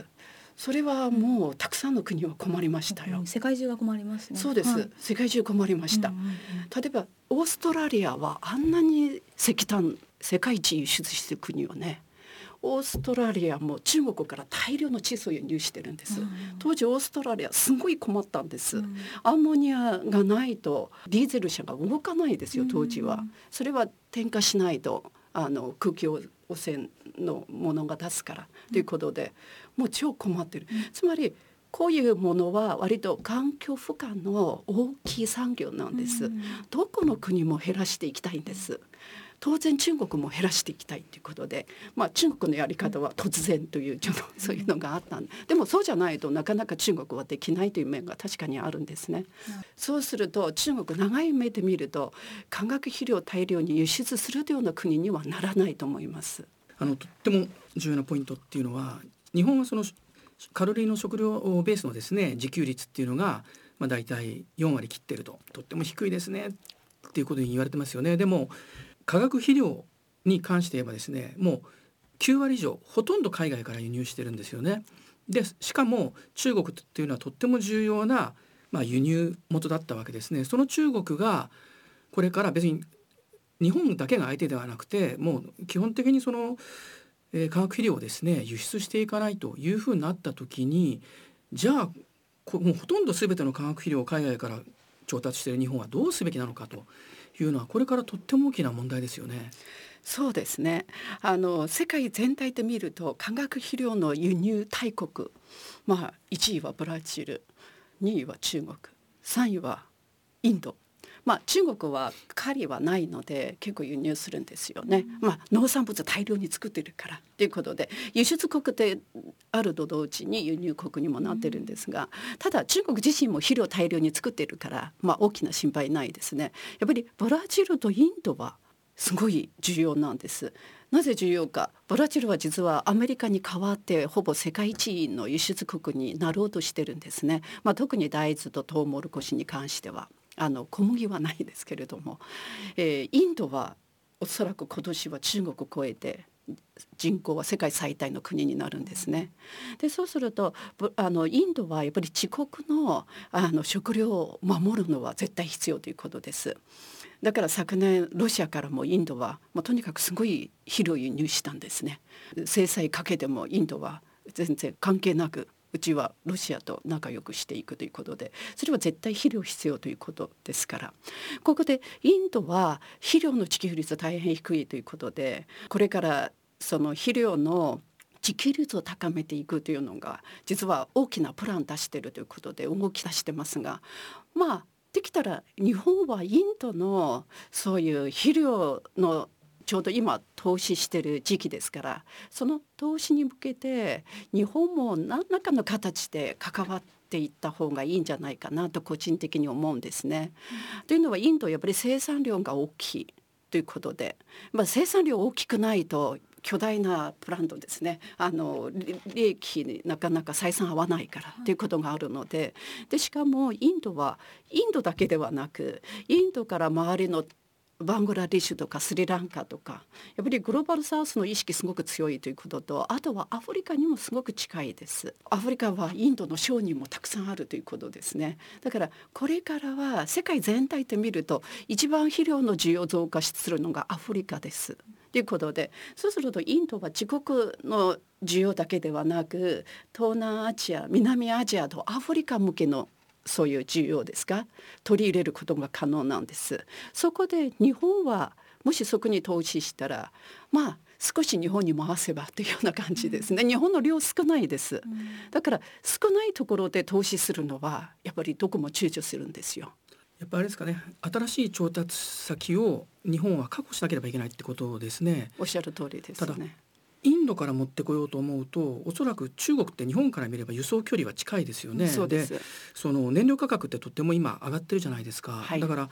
それはもうたくさんの国は困りましたよ。 うん、世界中が困りますね。 そうです、はい、世界中困りました、うんうんうん、例えばオーストラリアはあんなに石炭世界一輸出してる国はね、オーストラリアも中国から大量の窒素を輸入してるんです、うん、当時オーストラリアすごい困ったんです、うん、アンモニアがないとディーゼル車が動かないですよ当時は、うん、それは点火しないとあの空気汚染のものが出すからということで、もう超困ってる、うん、つまりこういうものは割と環境負荷の大きい産業なんです、うん、どこの国も減らしていきたいんです。当然中国も減らしていきたいということで、まあ、中国のやり方は突然というそういうのがあったんで、でもそうじゃないとなかなか中国はできないという面が確かにあるんですね、うん、そうすると中国長い目で見ると化学肥料を大量に輸出するような国にはならないと思います。 あのとっても重要なポイントっていうのは、日本はそのカロリーの食料ベースのですね自給率っていうのが、まあ、大体よんわり切ってると、とっても低いですねっていうことに言われてますよね。でも化学肥料に関して言えばですね、もうきゅうわり以上ほとんど海外から輸入してるんですよね。でしかも中国っていうのはとっても重要な、まあ、輸入元だったわけですね。その中国がこれから別に日本だけが相手ではなくて、もう基本的にその、えー、化学肥料をですね輸出していかないというふうになった時に、じゃあこもうほとんど全ての化学肥料を海外から調達している日本はどうすべきなのかというのは、これからとっても大きな問題ですよね。 そうですね。あの世界全体で見ると化学肥料の輸入大国、まあ、いちいはブラジル、にいは中国、さんいはインド。まあ、中国は狩りはないので結構輸入するんですよね、まあ、農産物大量に作ってるからということで輸出国であると同時に輸入国にもなってるんですが、ただ中国自身も肥料大量に作ってるから、まあ、大きな心配ないですね。やっぱりブラジルとインドはすごい重要なんです。なぜ重要か。ブラジルは実はアメリカに代わってほぼ世界一の輸出国になろうとしてるんですね、まあ、特に大豆とトウモロコシに関しては。あの小麦はないですけれども、えー、インドはおそらく今年は中国を超えて人口は世界最大の国になるんですね。でそうするとあのインドはやっぱり自国 の, あの食料を守るのは絶対必要ということです。だから昨年ロシアからもインドはもうとにかくすごい肥料を輸入したんですね。制裁かけてもインドは全然関係なく、うちはロシアと仲良くしていくということで、それは絶対肥料必要ということですから、ここでインドは肥料の自給率大変低いということで、これからその肥料の自給率を高めていくというのが実は大きなプラン出しているということで動き出してますが、まあできたら日本はインドのそういう肥料のちょうど今投資している時期ですから、その投資に向けて日本も何らかの形で関わっていった方がいいんじゃないかなと個人的に思うんですね、うん、というのはインドはやっぱり生産量が大きいということで、まあ、生産量大きくないと巨大なプラントですね、あの利益になかなか採算合わないからということがあるので、でしかもインドはインドだけではなくインドから周りのバングラデシュとかスリランカとか、やっぱりグローバルサウスの意識すごく強いということと、あとはアフリカにもすごく近いです。アフリカはインドの商人もたくさんあるということですね。だからこれからは世界全体で見ると一番肥料の需要増加するのがアフリカですということで、そうするとインドは自国の需要だけではなく東南アジア、南アジアとアフリカ向けのそういう需要ですか取り入れることが可能なんです。そこで日本はもしそこに投資したら、まあ少し日本に回せばというような感じですね、うん、日本の量少ないです、うん、だから少ないところで投資するのはやっぱりどこも躊躇するんですよ。 やっぱりあれですかね、新しい調達先を日本は確保しなければいけないってことですね。 おっしゃる通りですね。 ただインドから持ってこようと思うと、おそらく中国って日本から見れば輸送距離は近いですよね。 そうです。 でその燃料価格ってとっても今上がってるじゃないですか、 はい、 だから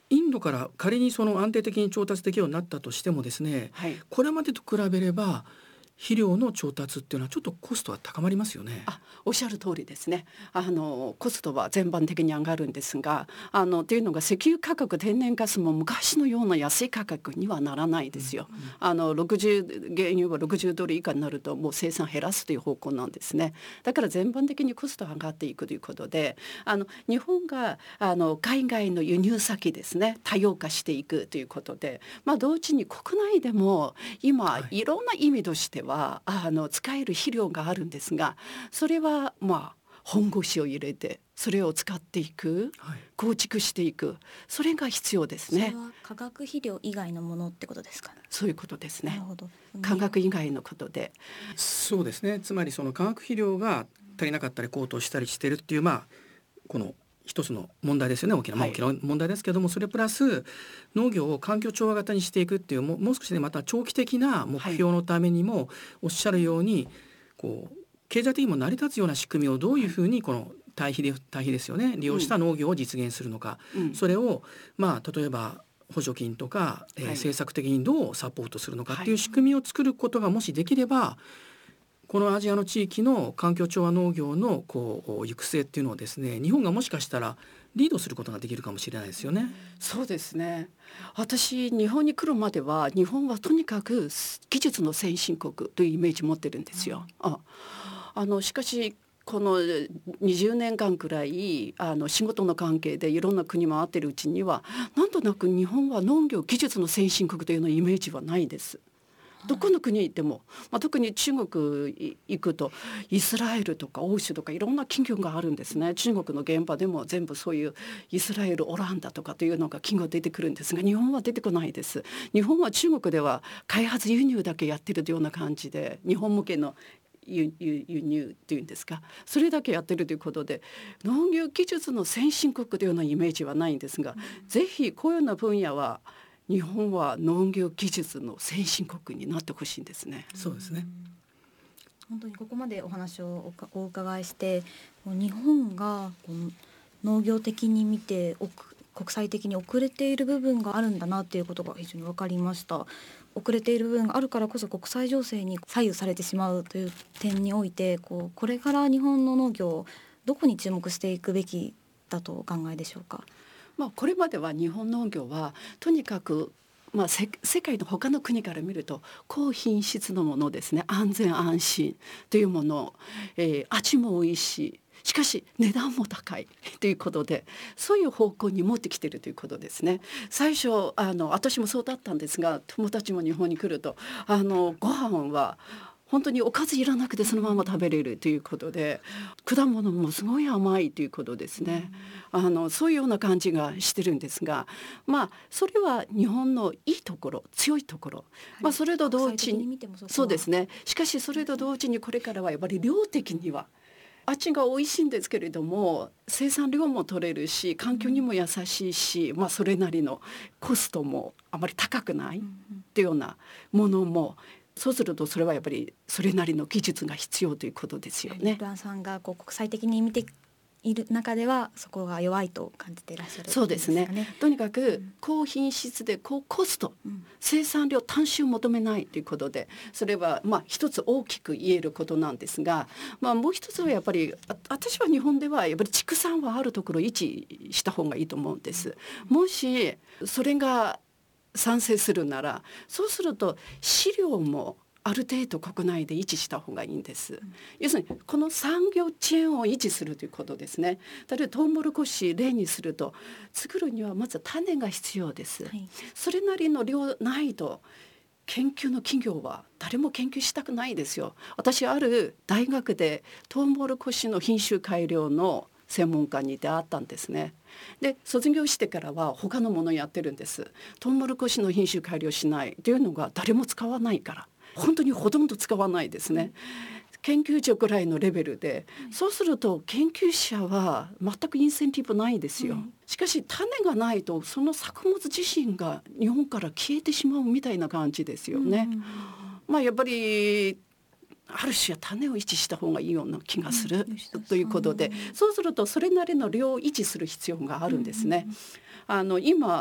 インドから仮にその安定的に調達できるようになったとしてもですね、 はい、 これまでと比べれば肥料の調達っていうのはちょっとコストは高まりますよね。 あ、おっしゃる通りですね。あのコストは全般的に上がるんですが、あのというのが石油価格、天然ガスも昔のような安い価格にはならないですよ。うんうん、あのろくじゅう原油はろくじゅうドル以下になるともう生産減らすという方向なんですね。だから全般的にコストが上がっていくということで、あの日本があの海外の輸入先ですね、多様化していくということで、まあ、同時に国内でも今、はい、いろんな意味としてははあの使える肥料があるんですが、それはまあ本腰を入れてそれを使っていく、はい、構築していく、それが必要ですね。 それは化学肥料以外のものってことですか？ そういうことですね。 なるほど、 化学以外のことで、 そうですね。つまりその化学肥料が足りなかったり高騰したりしてるっていう、まあこの一つの問題ですよね。大きな、まあ、大きな問題ですけども、それプラス農業を環境調和型にしていくっていう、もう、もう少しでまた長期的な目標のためにも、はい、おっしゃるようにこう経済的にも成り立つような仕組みをどういうふうにこの対比で対比ですよね、利用した農業を実現するのか、うん、それをまあ例えば補助金とか、えーはい、政策的にどうサポートするのかっていう仕組みを作ることがもしできれば、このアジアの地域の環境調和農業のこう行く末っていうのをですね、日本がもしかしたらリードすることができるかもしれないですよね。 そうですね。私日本に来るまでは日本はとにかく技術の先進国というイメージ持ってるんですよ。ああのしかしこのにじゅうねんかんくらいあの仕事の関係でいろんな国回ってるうちには、なんとなく日本は農業技術の先進国というようなイメージはないです。どこの国に行っても、まあ、特に中国行くとイスラエルとか欧州とかいろんな企業があるんですね。中国の現場でも全部そういうイスラエル、オランダとかというのが企業出てくるんですが、日本は出てこないです。日本は中国では開発輸入だけやってるような感じで、日本向けの輸入っていうんですか、それだけやってるということで、農業技術の先進国というようなイメージはないんですが、うん、ぜひこういうような分野は日本は農業技術の先進国になってほしいんですね。 そうですね。 本当にここまでお話をお伺いして、日本がこう農業的に見て国際的に遅れている部分があるんだなということが非常に分かりました。遅れている部分があるからこそ国際情勢に左右されてしまうという点において、こうこれから日本の農業をどこに注目していくべきだとお考えでしょうか？ まあ、これまでは日本農業はとにかく、まあ、世界の他の国から見ると高品質のものですね、安全安心というもの、えー、味も美味しい、しかし値段も高いということで、そういう方向に持ってきているということですね。最初あの私もそうだったんですが、友達も日本に来るとあのご飯は本当におかずいらなくてそのまま食べれるということで、果物もすごい甘いということですね。あのそういうような感じがしてるんですが、まあそれは日本のいいところ、強いところ、はい、まあ、それと同時にそうですね。しかしそれと同時にこれからはやっぱり量的には味が美味しいんですけれども、生産量も取れるし環境にも優しいし、まあ、それなりのコストもあまり高くないっていうようなものも、そうするとそれはやっぱりそれなりの技術が必要ということですよね。 ルアンさんがこう国際的に見ている中ではそこが弱いと感じていらっしゃる、ね、 そうですね。とにかく高品質で高コスト、うん、生産量短縮を求めないということで、それはまあ一つ大きく言えることなんですが、まあ、もう一つはやっぱり私は日本ではやっぱり畜産はあるところ維持した方がいいと思うんです。もしそれが賛成するなら、そうすると飼料もある程度国内で維持した方がいいんです、うん、要するにこの産業チェーンを維持するということですね。例えばトウモロコシ例にすると、作るにはまず種が必要です、はい、それなりの量ないと研究の企業は誰も研究したくないですよ。私ある大学でトウモロコシの品種改良の専門家に出会ったんですね。で卒業してからは他のものやってるんです。トウモロコシの品種改良しないというのが誰も使わないから、本当にほとんど使わないですね。研究所くらいのレベルで、そうすると研究者は全くインセンティブないですよ。しかし種がないとその作物自身が日本から消えてしまうみたいな感じですよね。まあやっぱりある種は種を維持した方がいいような気がする、うん、ということで、そうするとそれなりの量を維持する必要があるんですね。あの今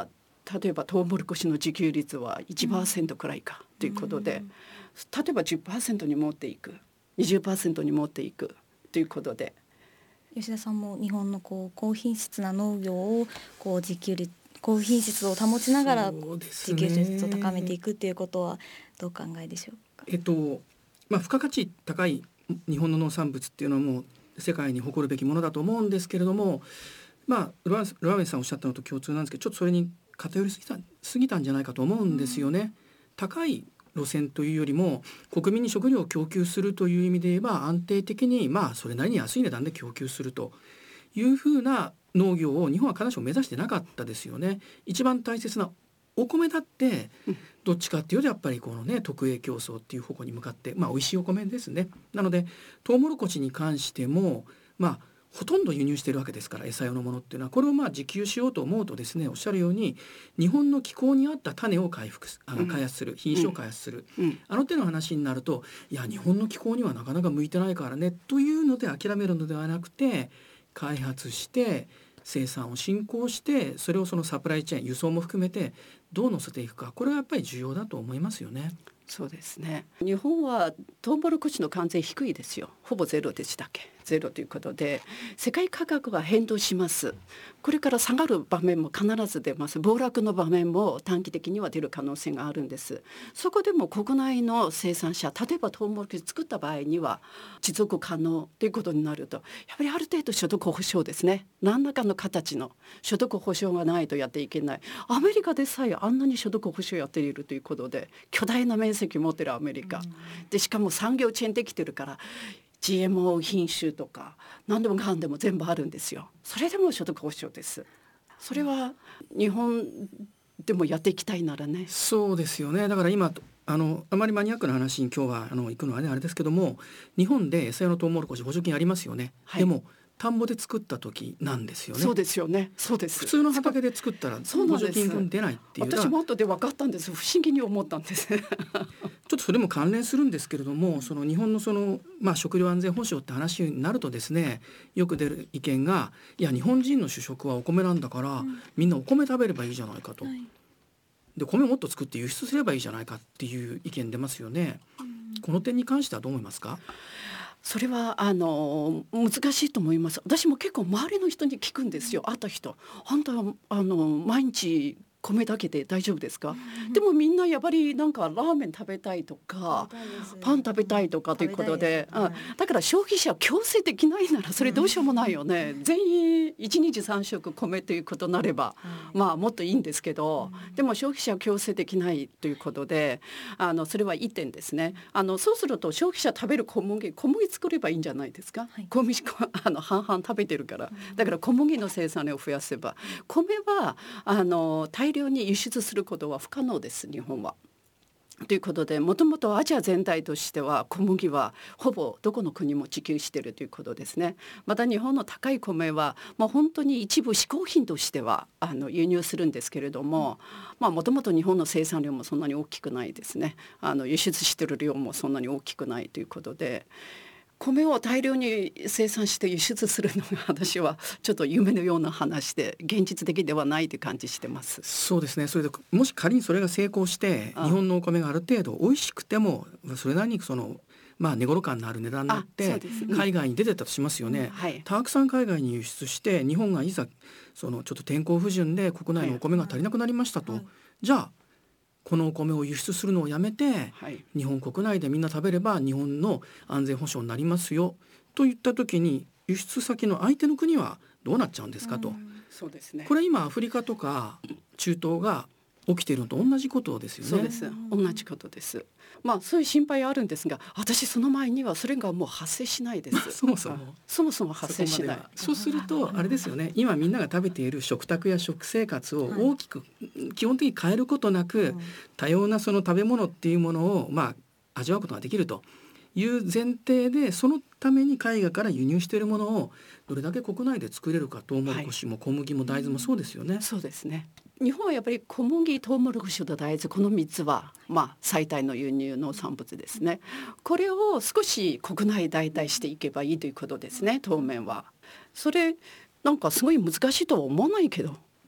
例えばトウモロコシの自給率はいちパーセントくらいかということで、うん、例えば じゅっパーセント に持っていく にじゅっパーセント に持っていくということで、 吉田さんも日本のこう高品質な農業をこう自給率高品質を保ちながら自給率を高めていくっていうことはどう考えでしょうか。 えっとまあ、付加価値高い日本の農産物っていうのはもう世界に誇るべきものだと思うんですけれども、まあ、ルワーメさんおっしゃったのと共通なんですけど、ちょっとそれに偏りすぎた、過ぎたんじゃないかと思うんですよね、うん、高い路線というよりも国民に食料を供給するという意味で言えば安定的にまあそれなりに安い値段で供給するというふうな農業を日本は必ずしも目指してなかったですよね。一番大切なお米だってどっちかっていうとやっぱりこのね特営競争っていう方向に向かってまあ美味しいお米ですね。なのでトウモロコシに関してもまあほとんど輸入しているわけですから、餌用のものっていうのはこれをまあ自給しようと思うとですね、おっしゃるように日本の気候に合った種を回復あの開発する、品種を開発する、うんうん、あの手の話になるといや日本の気候にはなかなか向いてないからねというので諦めるのではなくて、開発して生産を進行してそれをそのサプライチェーン輸送も含めてどう乗せていくか、これはやっぱり重要だと思いますよね。 そうですね。日本はトウモロコシの関税低いですよ。ほぼゼロでしたっけ。ゼロということで世界価格は変動します。これから下がる場面も必ず出ます。暴落の場面も短期的には出る可能性があるんです。そこでも国内の生産者、例えばトウモロコシ作った場合には持続可能ということになると、やっぱりある程度所得保障ですね。何らかの形の所得保障がないとやっていけない。アメリカでさえあんなに所得保障やっているということで、巨大な面積持ってるアメリカで、しかも産業チェーンできてるからジーエムオー 品種とか何でもかんでも全部あるんですよ。それでも所得保障です。それは日本でもやっていきたいならね。 そうですよね。だから今あのあまりマニアックな話に今日はあの行くのはねあれですけども、日本で餌用のトウモロコシ補助金ありますよね、はい、でも田んぼで作った時なんですよね。 そうですよね。そうです。 普通の畑で作ったら補助金分出ないっていう。 私も後で分かったんです。不思議に思ったんですちょっとそれも関連するんですけれども、その日本のその、まあ、食料安全保障って話になるとですね、よく出る意見がいや日本人の主食はお米なんだから、うん、みんなお米食べればいいじゃないかと、はい、で米をもっと作って輸出すればいいじゃないかっていう意見出ますよね、うん、この点に関してはどう思いますか。 それはあの難しいと思います。私も結構周りの人に聞くんですよ。会った人、あんたあの毎日米だけで大丈夫ですか、うん、でもみんなやっぱりなんかラーメン食べたいとかパン食べたいとかということで、うん、だから消費者は強制できないならそれどうしようもないよね、うん、全員いちにちさん食米ということになれば、うん、まあもっといいんですけど、うん、でも消費者は強制できないということで、あのそれはいってんですね。あのそうすると消費者食べる小麦小麦作ればいいんじゃないですか、はい、小麦あの半々食べてるから、だから小麦の生産量を増やせば、米はあの大量に輸出することは不可能です、日本は。ということで、もともとアジア全体としては小麦はほぼどこの国も自給しているということですね。また日本の高い米は、まあ、本当に一部嗜好品としてはあの輸入するんですけれども、もともと日本の生産量もそんなに大きくないですね。あの輸出している量もそんなに大きくないということで、米を大量に生産して輸出するのが私はちょっと夢のような話で現実的ではないという感じしてます。 そうですね。それでもし仮にそれが成功して日本のお米がある程度美味しくてもそれなりにそのまあ値頃感のある値段になって海外に出てったとしますよね、うんはい、たくさん海外に輸出して日本がいざそのちょっと天候不順で国内のお米が足りなくなりましたと、はい、じゃあこのお米を輸出するのをやめて、はい、日本国内でみんな食べれば日本の安全保障になりますよといった時に輸出先の相手の国はどうなっちゃうんですかと。 そうですね。 これ今アフリカとか中東が起きているのと同じことですよね。 そうです。同じことです。まあそういう心配あるんですが、私その前にはそれがもう発生しないです、 まあ、そもそもそもそも発生しない。 そそうするとあれですよね、今みんなが食べている食卓や食生活を大きく、はい、基本的に変えることなく、うん、多様なその食べ物っていうものをまあ味わうことができるという前提で、そのために海外から輸入しているものをどれだけ国内で作れるか、トウモロコシも小麦も大豆もそうですよね、 はい、そうですね。日本はやっぱり小麦、トウモロコシと大豆、このみっつは、まあ、最大の輸入農産物ですね。これを少し国内代替していけばいいということですね。当面はそれなんかすごい難しいとは思わないけど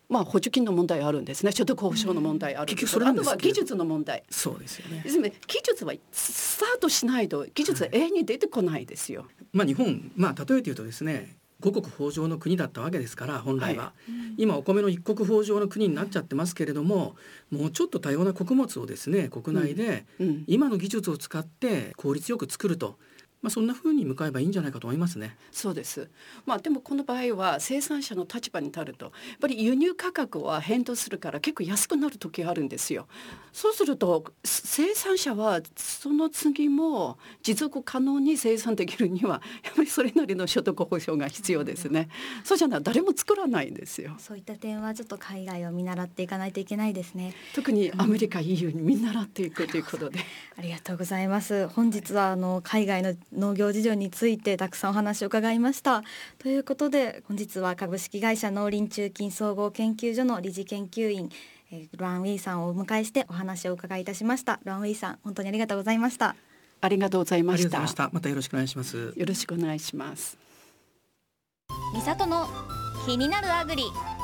まあ、補助金の問題あるんですね。所得保障の問題あるんですけど、あとは技術の問題。 そうですよね。 ですね、技術はスタートしないと技術は永遠に出てこないですよ。はい、 まあ、日本、まあ、例えて言うとですね、五穀豊穣の国だったわけですから本来は、はい、今お米の一穀豊穣の国になっちゃってますけれども、もうちょっと多様な穀物をですね国内で今の技術を使って効率よく作ると、まあ、そんな風に向かえばいいんじゃないかと思いますね。 そうです、まあ、でもこの場合は生産者の立場に立るとやっぱり輸入価格は変動するから結構安くなる時があるんですよ。そうすると生産者はその次も持続可能に生産できるにはやっぱりそれなりの所得保障が必要ですね。そうじゃない誰も作らないんですよ。 そういった点はちょっと海外を見習っていかないといけないですね。 特にアメリカ、うん、イーユー に見習っていくということでありがとうございます。本日はあの海外の農業事情についてたくさんお話を伺いました。ということで本日は株式会社農林中金総合研究所の理事研究員ロアン・ウィーさんをお迎えしてお話を伺いいたしました。ロアン・ウィーさん、本当にありがとうございました。 ありがとうございました。 ありがとうございました。またよろしくお願いします。 よろしくお願いします。 みさとの気になるアグリ。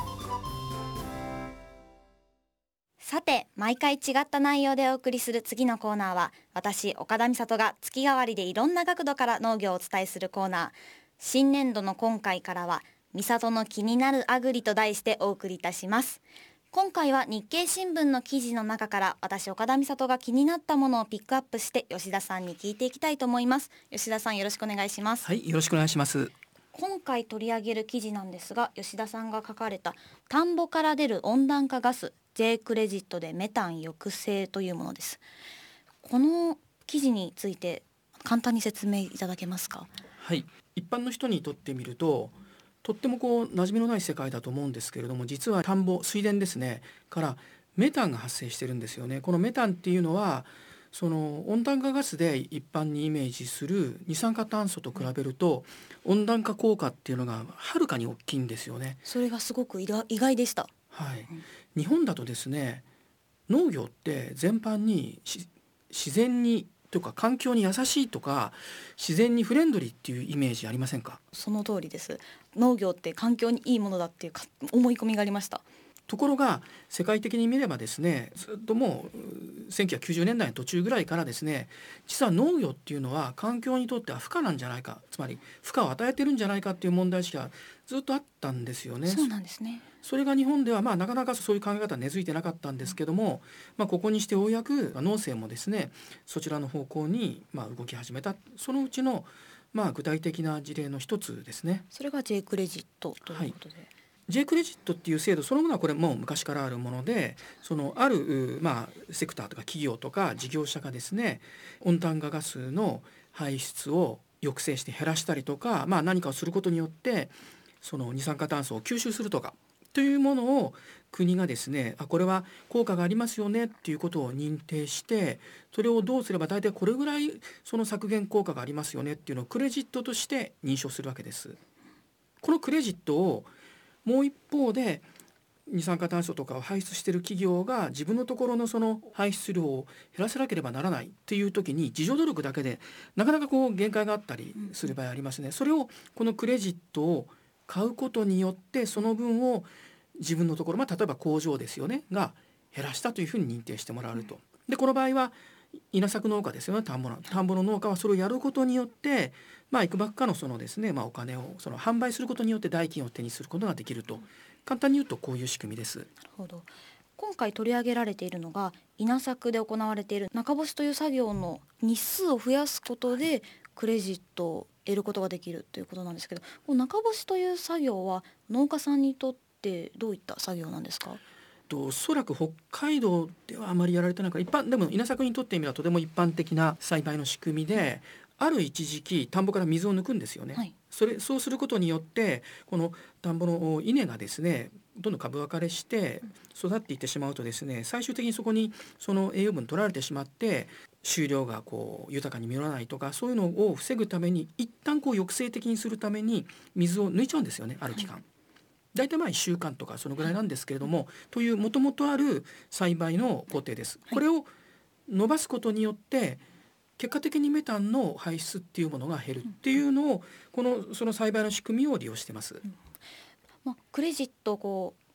さて、毎回違った内容でお送りする次のコーナーは、私岡田美里が月替わりでいろんな角度から農業をお伝えするコーナー。新年度の今回からはみさとの気になるアグリと題してお送りいたします。今回は日経新聞の記事の中から私岡田美里が気になったものをピックアップして吉田さんに聞いていきたいと思います。吉田さん、よろしくお願いします。 はい、よろしくお願いします。 今回取り上げる記事なんですが、吉田さんが書かれた田んぼから出る温暖化ガス J クレジットでメタン抑制というものです。この記事について簡単に説明いただけますか？ はい、一般の人にとってみるととってもこう馴染みのない世界だと思うんですけれども、実は田んぼ水田ですねからメタンが発生してるんですよね。このメタンっていうのはその温暖化ガスで一般にイメージする二酸化炭素と比べると温暖化効果っていうのがはるかに大きいんですよね。 それがすごく意外でした。 はい、日本だとですね、農業って全般に自然にというか環境に優しいとか自然にフレンドリーっていうイメージありませんか？ その通りです。農業って環境にいいものだっていうか思い込みがありました。 ところが世界的に見ればですね、ずっともうせんきゅうひゃくきゅうじゅうねんだいの途中ぐらいからですね、実は農業っていうのは環境にとっては負荷なんじゃないか、つまり負荷を与えてるんじゃないかっていう問題意識がずっとあったんですよね。 そうなんですね。 それが日本ではまあなかなかそういう考え方は根付いてなかったんですけども、まあ、ここにしてようやく農政もですねそちらの方向にまあ動き始めた、そのうちのまあ具体的な事例の一つですね。 それが J クレジットということで、はい、 J クレジットっていう制度そのものはこれもう昔からあるもので、そのあるまあセクターとか企業とか事業者がですね温暖化ガスの排出を抑制して減らしたりとか、まあ、何かをすることによってその二酸化炭素を吸収するとかというものを国がですね、あこれは効果がありますよねっていうことを認定して、それをどうすれば大体これぐらいその削減効果がありますよねっていうのをクレジットとして認証するわけです。このクレジットをもう一方で二酸化炭素とかを排出している企業が自分のところのその排出量を減らさなければならないっていう時に自助努力だけでなかなかこう限界があったりする場合ありますね。それをこのクレジットを買うことによってその分を自分のところ、まあ、例えば工場ですよねが減らしたというふうに認定してもらうと。でこの場合は稲作農家ですよね、田んぼの田んぼの農家はそれをやることによって、まあ、いくばくかのそのですね、まあ、お金をその販売することによって代金を手にすることができると。簡単に言うとこういう仕組みです。なるほど。今回取り上げられているのが稲作で行われている中干しという作業の日数を増やすことでクレジットを得ることができるということなんですけど、中干しという作業は農家さんにとってどういった作業なんですか？ おそらく北海道ではあまりやられてないから一般でも稲作にとってみればとても一般的な栽培の仕組みで、ある一時期田んぼから水を抜くんですよね、はい、それそうすることによってこの田んぼの稲がですねどんどん株分かれして育っていってしまうとですね、最終的にそこにその栄養分取られてしまって収量がこう豊かに実らないとか、そういうのを防ぐために一旦こう抑制的にするために水を抜いちゃうんですよね、ある期間、はい、だいたいまあいっしゅうかんとかそのぐらいなんですけれども、はい、というもともとある栽培の工程です。これを伸ばすことによって結果的にメタンの排出っていうものが減るっていうのをこのその栽培の仕組みを利用してます、うん、 まあ、クレジットをこう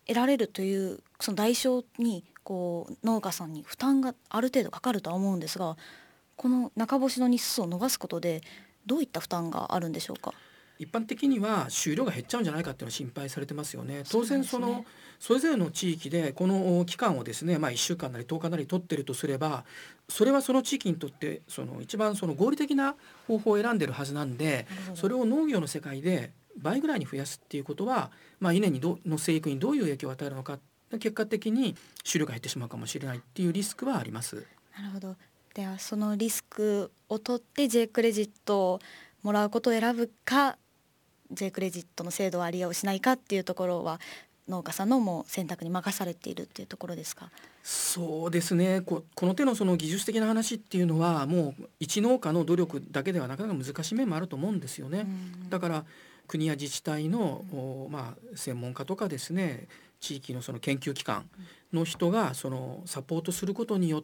得られるというその代償にこう農家さんに負担がある程度かかるとは思うんですが、この中干しの日数を延ばすことでどういった負担があるんでしょうか。 一般的には収量が減っちゃうんじゃないかっていうのは心配されてますよね。当然そのそうなんですね。 それぞれの地域でこの期間をですね、まあ、いっしゅうかんなりとおかなり取ってるとすれば、それはその地域にとってその一番その合理的な方法を選んでるはずなんで、 なるほど。 それを農業の世界で倍ぐらいに増やすっていうことは、まあ、稲にどの生育にどういう影響を与えるのか、結果的に収量が減ってしまうかもしれないっていうリスクはあります。 なるほど。ではそのリスクを取って J クレジットをもらうことを選ぶか、 J クレジットの制度を利用しないかっていうところは農家さんのもう選択に任されているっていうところですか。 そうですね。こ、この手のその技術的な話っていうのはもう一農家の努力だけではなかなか難しい面もあると思うんですよね。 うんだから国や自治体の、おまあ、専門家とかですね、地域のその研究機関の人がそのサポートすることによって、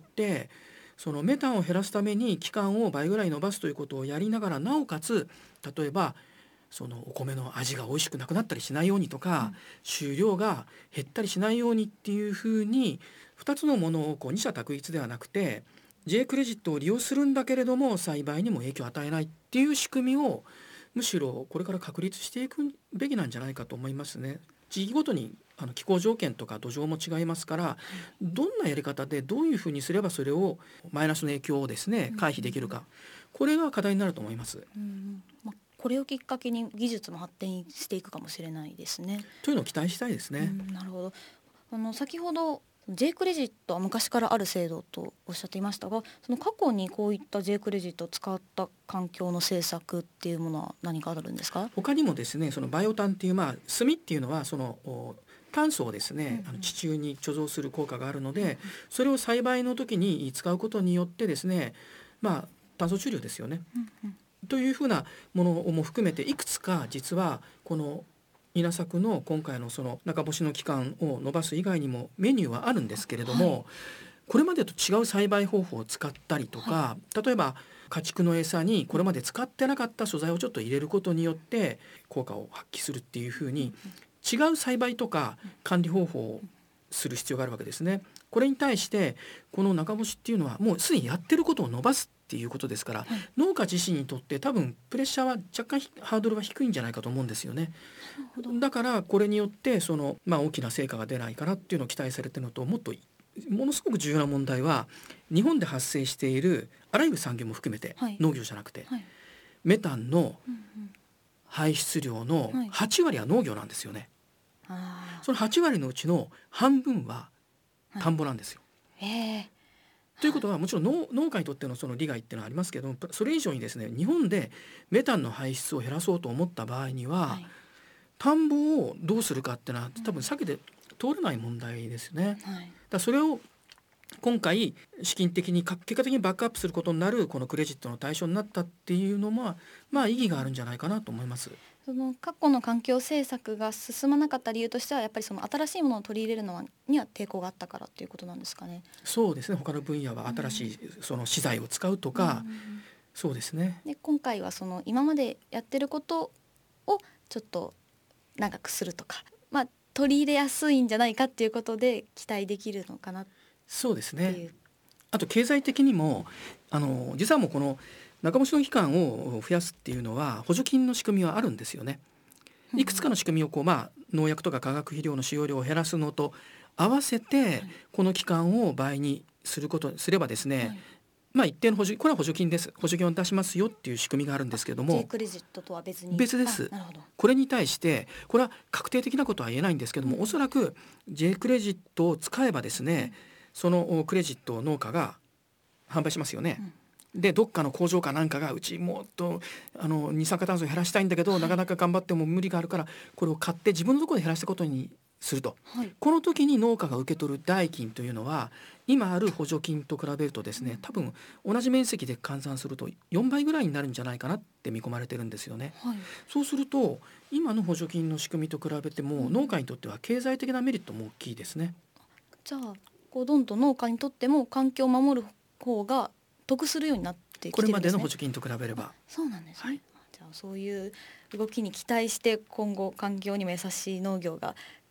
そのメタンを減らすために期間を倍ぐらい伸ばすということをやりながら、なおかつ例えばそのお米の味が美味しくなくなったりしないようにとか、うん、収量が減ったりしないようにっていうふうにふたつのものをこう二者択一ではなくて J クレジットを利用するんだけれども栽培にも影響を与えないっていう仕組みをむしろこれから確立していくべきなんじゃないかと思いますね。地域ごとにあの気候条件とか土壌も違いますから、どんなやり方でどういうふうにすればそれをマイナスの影響をですね回避できるか、これが課題になると思います。 うんまあ、これをきっかけに技術も発展していくかもしれないですね。 というのを期待したいですね。 うん、なるほど。あの先ほど J クレジットは昔からある制度とおっしゃっていましたが、その過去にこういった J クレジットを使った環境の政策っていうものは何かあるんですか。 他にもですね、そのバイオ炭っていう、まあ、炭っていうのはその炭素をですね、うんうん、あの地中に貯蔵する効果があるので、うんうん、それを栽培の時に使うことによってですね、まあ、炭素中流ですよね、うんうん、というふうなものも含めていくつか実はこの稲作の今回のその中干しの期間を延ばす以外にもメニューはあるんですけれども、はい、これまでと違う栽培方法を使ったりとか、はい、例えば家畜の餌にこれまで使ってなかった素材をちょっと入れることによって効果を発揮するっていうふうに違う栽培とか管理方法をする必要があるわけですね。これに対してこの中干しっていうのはもうすでにやってることを伸ばすっていうことですから、はい、農家自身にとって多分プレッシャーは若干ハードルは低いんじゃないかと思うんですよね。だからこれによってその、まあ、大きな成果が出ないからっていうのを期待されているのと、もっとものすごく重要な問題は日本で発生しているあらゆる産業も含めて、はい、農業じゃなくて、はい、メタンの排出量のはちわりは農業なんですよね、はい、そのはちわりのうちの半分は田んぼなんですよ、はいえーということはもちろん 農, 農家にとってのその利害っていうのはありますけども、それ以上にですね、日本でメタンの排出を減らそうと思った場合には、はい、田んぼをどうするかっていうのは多分避けて通れない問題ですよね、はい、だそれを今回資金的に結果的にバックアップすることになるこのクレジットの対象になったっていうのもまあ意義があるんじゃないかなと思います。 その過去の環境政策が進まなかった理由としてはやっぱりその新しいものを取り入れるのには抵抗があったからっていうことなんですかね。 そうですね、他の分野は新しいその資材を使うとか、うん、そうですね。 で今回はその今までやってることをちょっと長くするとか、まあ、取り入れやすいんじゃないかっていうことで期待できるのかなっていう。 そうですね。あと経済的にもあの実はもうこの中干しの期間を増やすっていうのは補助金の仕組みはあるんですよね。いくつかの仕組みをこう、まあ、農薬とか化学肥料の使用量を減らすのと合わせてこの期間を倍にすることすればですね、はい、まあ、一定の補助これは補助金です。補助金を出しますよっていう仕組みがあるんですけれども、 J クレジットとは別に別です。これに対してこれは確定的なことは言えないんですけども、うん、おそらく J クレジットを使えばですね、うん、そのクレジットを農家が販売しますよね、うんでどっかの工場かなんかがうちもっとあの二酸化炭素を減らしたいんだけど、はい、なかなか頑張っても無理があるからこれを買って自分のところで減らしたことにすると、はい、この時に農家が受け取る代金というのは今ある補助金と比べるとですね、多分同じ面積で換算するとよんばいぐらいになるんじゃないかなって見込まれてるんですよね、はい、そうすると今の補助金の仕組みと比べても、うん、農家にとっては経済的なメリットも大きいですね。 じゃあこうどんどん農家にとっても環境を守る方が得するようになってきてるんですね。 これまでの補助金と比べれば。 そうなんですね、はい、じゃあそういう動きに期待して今後環境にも優しい農業が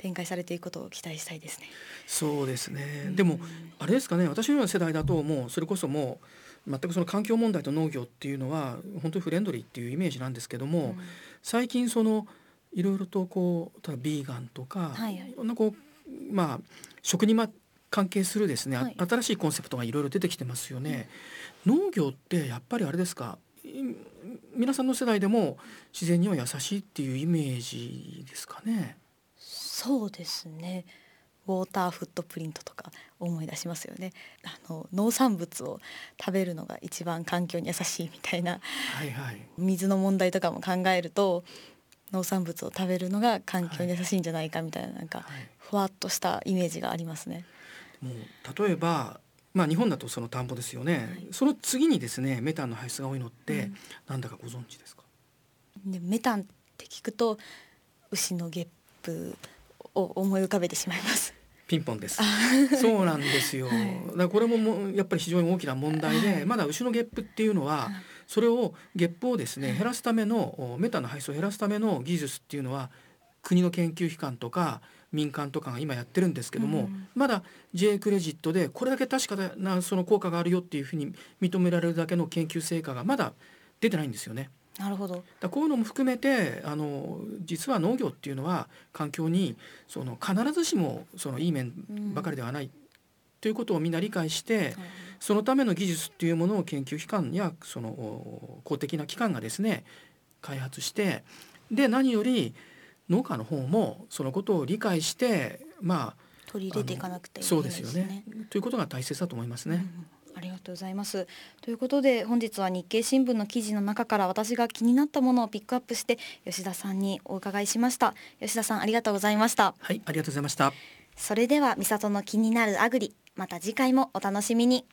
展開されていくことを期待したいですね。 そうですね、でもあれですかね、私のような世代だともうそれこそもう全くその環境問題と農業っていうのは本当にフレンドリーっていうイメージなんですけども、うん、最近そのいろいろとこう例えばビーガンとか、はいはい、いろんなこう、まあ、食にま関係するですね、はい、新しいコンセプトがいろいろ出てきてますよね、うん、農業ってやっぱりあれですか、皆さんの世代でも自然には優しいっていうイメージですかね。 そうですね、ウォーターフットプリントとか思い出しますよね。あの農産物を食べるのが一番環境に優しいみたいな、はいはい、水の問題とかも考えると農産物を食べるのが環境に優しいんじゃないかみたいな、なんかふわっとしたイメージがありますね。 もう例えば、まあ、日本だとその田んぼですよね、はい、その次にですねメタンの排出が多いのってなんだかご存知ですか？ うん、でメタンって聞くと牛のゲップを思い浮かべてしまいます。 ピンポンです。そうなんですよ、はい、だからこれももやっぱり非常に大きな問題で、はい、まだ牛のゲップっていうのは、はい、それをゲップをですね減らすためのメタンの排出を減らすための技術っていうのは国の研究機関とか民間とかが今やってるんですけども、うん、まだ ジェイ クレジットでこれだけ確かなその効果があるよっていうふうに認められるだけの研究成果がまだ出てないんですよね。 なるほど。 だこういうのも含めてあの実は農業っていうのは環境にその必ずしもそのいい面ばかりではない、うん、ということをみんな理解して、うん、そのための技術っていうものを研究機関やその公的な機関がですね開発して、で何より農家の方もそのことを理解してまあ取り入れていかなくていいですね。 そうですよね。ということが大切だと思いますね。 うんありがとうございます。ということで本日は日経新聞の記事の中から私が気になったものをピックアップして吉田さんにお伺いしました。吉田さんありがとうございました。 はい、ありがとうございました。 それではみさとの気になるアグリ、また次回もお楽しみに。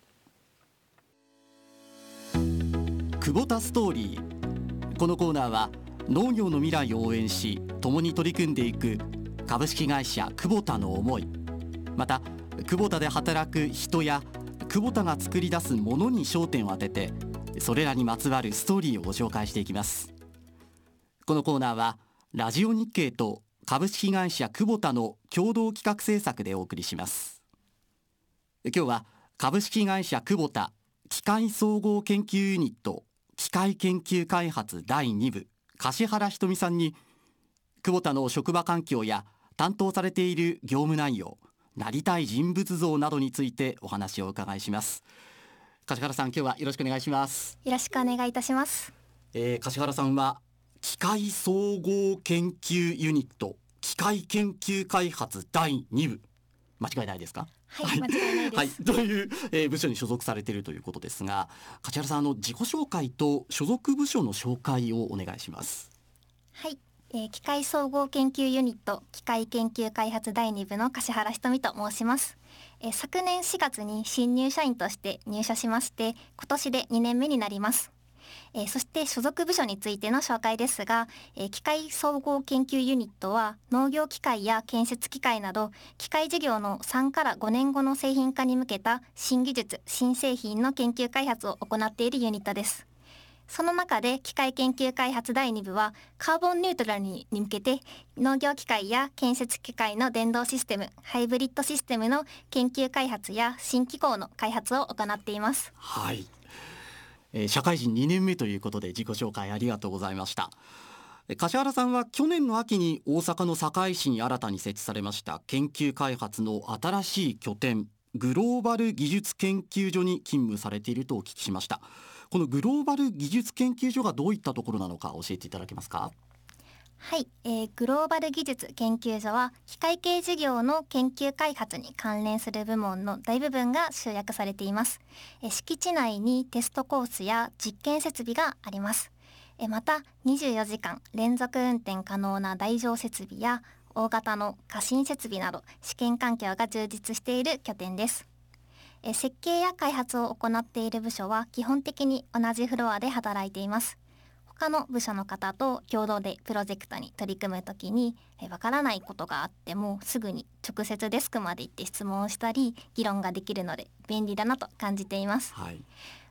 久保田ストーリー。このコーナーは農業の未来を応援し共に取り組んでいく株式会社久保田の思い、また久保田で働く人や久保田が作り出すものに焦点を当ててそれらにまつわるストーリーをご紹介していきます。このコーナーはラジオ日経と株式会社久保田の共同企画制作でお送りします。今日は株式会社久保田機械総合研究ユニット機械研究開発だいに部樫原ひとみさんに久保田の職場環境や担当されている業務内容、なりたい人物像などについてお話をお伺いします。樫原さん、今日はよろしくお願いします。 よろしくお願いいたします。 えー、樫原さんは機械総合研究ユニット機械研究開発だいに部、間違いないですか？ はい、はい、間違いないです、はい、 という、えー、部署に所属されているということですが、樫原さん、あの自己紹介と所属部署の紹介をお願いします。 はい、えー、機械総合研究ユニット機械研究開発だいに部の樫原ひとみと申します。えー、昨年しがつに新入社員として入社しまして、今年でにねんめになります。えー、そして所属部署についての紹介ですが、えー、機械総合研究ユニットは農業機械や建設機械など機械事業のさんからごねんごの製品化に向けた新技術、新製品の研究開発を行っているユニットです。その中で機械研究開発だいに部はカーボンニュートラルに向けて農業機械や建設機械の電動システム、ハイブリッドシステムの研究開発や新機構の開発を行っています。 はい、えー、社会人にねんめということで自己紹介ありがとうございました。樫原さんは去年の秋に大阪の堺市に新たに設置されました研究開発の新しい拠点グローバル技術研究所に勤務されているとお聞きしました。このグローバル技術研究所がどういったところなのか教えていただけますか？ はい、えー、グローバル技術研究所は機械系事業の研究開発に関連する部門の大部分が集約されています。えー、敷地内にテストコースや実験設備があります。えー、またにじゅうよじかん連続運転可能な台上設備や大型の過信設備など試験環境が充実している拠点です。え設計や開発を行っている部署は基本的に同じフロアで働いています。他の部署の方と共同でプロジェクトに取り組むときにわからないことがあってもすぐに直接デスクまで行って質問をしたり議論ができるので便利だなと感じています。 はい、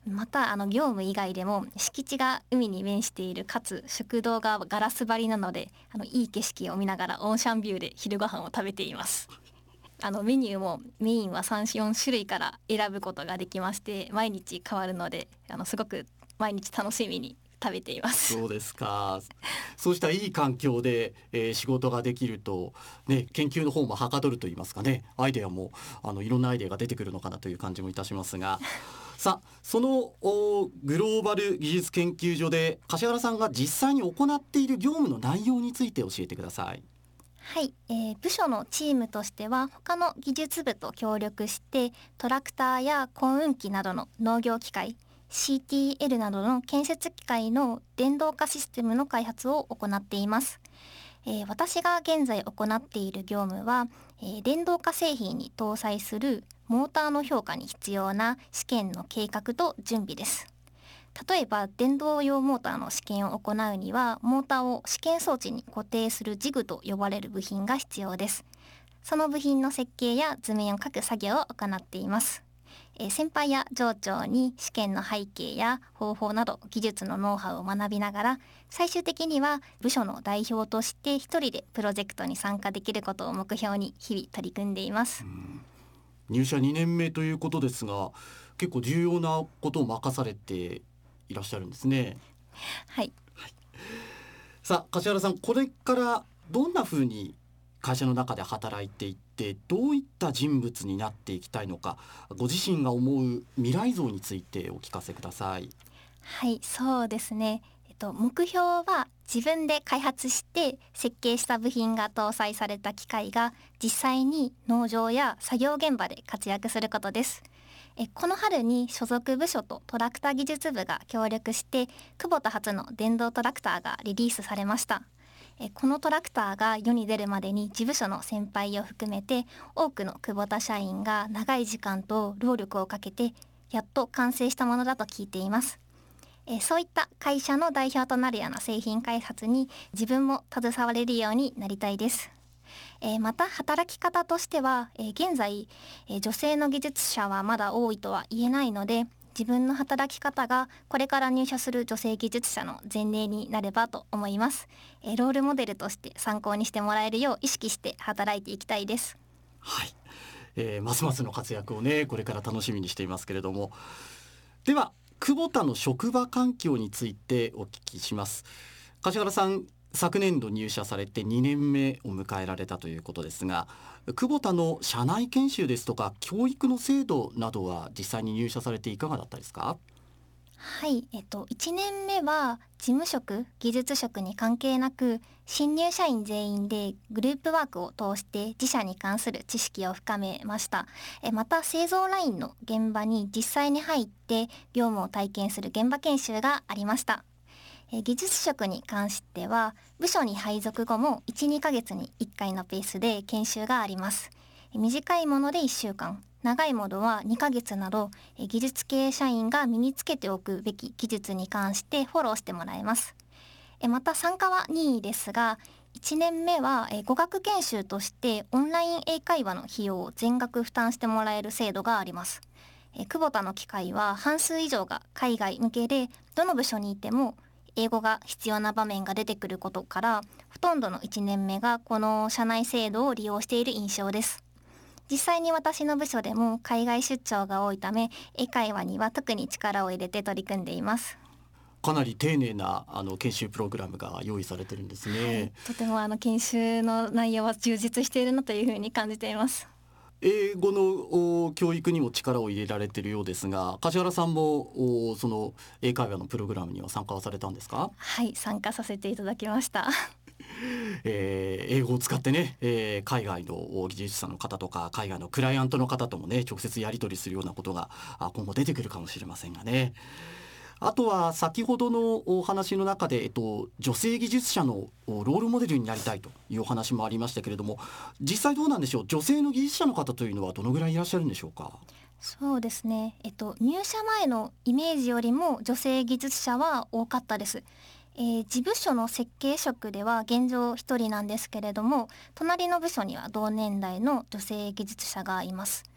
またあの業務以外でも敷地が海に面している、かつ食堂がガラス張りなので、あのいい景色を見ながらオンシャンビューで昼ご飯を食べています。あのメニューもメインは さん,よん 種類から選ぶことができまして、毎日変わるので、あのすごく毎日楽しみに食べています。 そうですか。そうしたいい環境で、えー、仕事ができると、ね、研究の方もはかどるといいますかね、アイデアもあのいろんなアイデアが出てくるのかなという感じもいたしますがさあ、そのグローバル技術研究所で柏原さんが実際に行っている業務の内容について教えてください。 はい、えー、部署のチームとしては他の技術部と協力してトラクターや耕運機などの農業機械、 シーティーエル などの建設機械の電動化システムの開発を行っています。えー、私が現在行っている業務は、えー、電動化製品に搭載するモーターの評価に必要な試験の計画と準備です。例えば電動用モーターの試験を行うには、モーターを試験装置に固定するジグと呼ばれる部品が必要です。その部品の設計や図面を書く作業を行っています。えー、先輩や上長に試験の背景や方法など技術のノウハウを学びながら、最終的には部署の代表として一人でプロジェクトに参加できることを目標に日々取り組んでいます。 うん、入社にねんめということですが、結構重要なことを任されていらっしゃるんですね。 はい、 はい、さあ柏原さん、これからどんなふうに会社の中で働いていって、どういった人物になっていきたいのか、ご自身が思う未来像についてお聞かせください。 はい、そうですね、えっと、目標は自分で開発して設計した部品が搭載された機械が実際に農場や作業現場で活躍することです。えこの春に所属部署とトラクター技術部が協力してクボタ初の電動トラクターがリリースされました。えこのトラクターが世に出るまでに事務所の先輩を含めて多くのクボタ社員が長い時間と労力をかけてやっと完成したものだと聞いています。えそういった会社の代表となるような製品開発に自分も携われるようになりたいです。えー、また働き方としては、えー、現在、えー、女性の技術者はまだ多いとは言えないので、自分の働き方がこれから入社する女性技術者の前例になればと思います。えー、ロールモデルとして参考にしてもらえるよう意識して働いていきたいです。 はい、えー、ますますの活躍をね、これから楽しみにしていますけれども、ではクボタの職場環境についてお聞きします。柏原さん、昨年度入社されてにねんめを迎えられたということですが、クボタの社内研修ですとか教育の制度などは実際に入社されていかがだったですか？ はい、えっと、いちねんめは事務職、技術職に関係なく新入社員全員でグループワークを通して自社に関する知識を深めました。えまた製造ラインの現場に実際に入って業務を体験する現場研修がありました。え技術職に関しては部署に配属後も いち,に ヶ月にいっかいのペースで研修があります。短いものでいっしゅうかん、長いものはにかげつなど、技術系社員が身につけておくべき技術に関してフォローしてもらえます。また参加は任意ですが、いちねんめは語学研修としてオンライン英会話の費用を全額負担してもらえる制度があります。クボタの機械は半数以上が海外向けで、どの部署にいても英語が必要な場面が出てくることから、ほとんどのいちねんめがこの社内制度を利用している印象です。実際に私の部署でも海外出張が多いため、英会話には特に力を入れて取り組んでいます。 かなり丁寧なあの研修プログラムが用意されてるんですね。 はい、とてもあの研修の内容は充実しているなというふうに感じています。 英語の教育にも力を入れられているようですが、柏原さんもその英会話のプログラムには参加はされたんですか？ はい、参加させていただきました。 えー、英語を使ってね、えー、海外の技術者の方とか海外のクライアントの方ともね、直接やり取りするようなことが今後出てくるかもしれませんがね。あとは先ほどのお話の中で、えっと、女性技術者のロールモデルになりたいというお話もありましたけれども、実際どうなんでしょう。女性の技術者の方というのはどのぐらいいらっしゃるんでしょうか？ そうですね、えっと、入社前のイメージよりも女性技術者は多かったです。えー、事務所の設計職では現状ひとりなんですけれども、隣の部署には同年代の女性技術者がいます。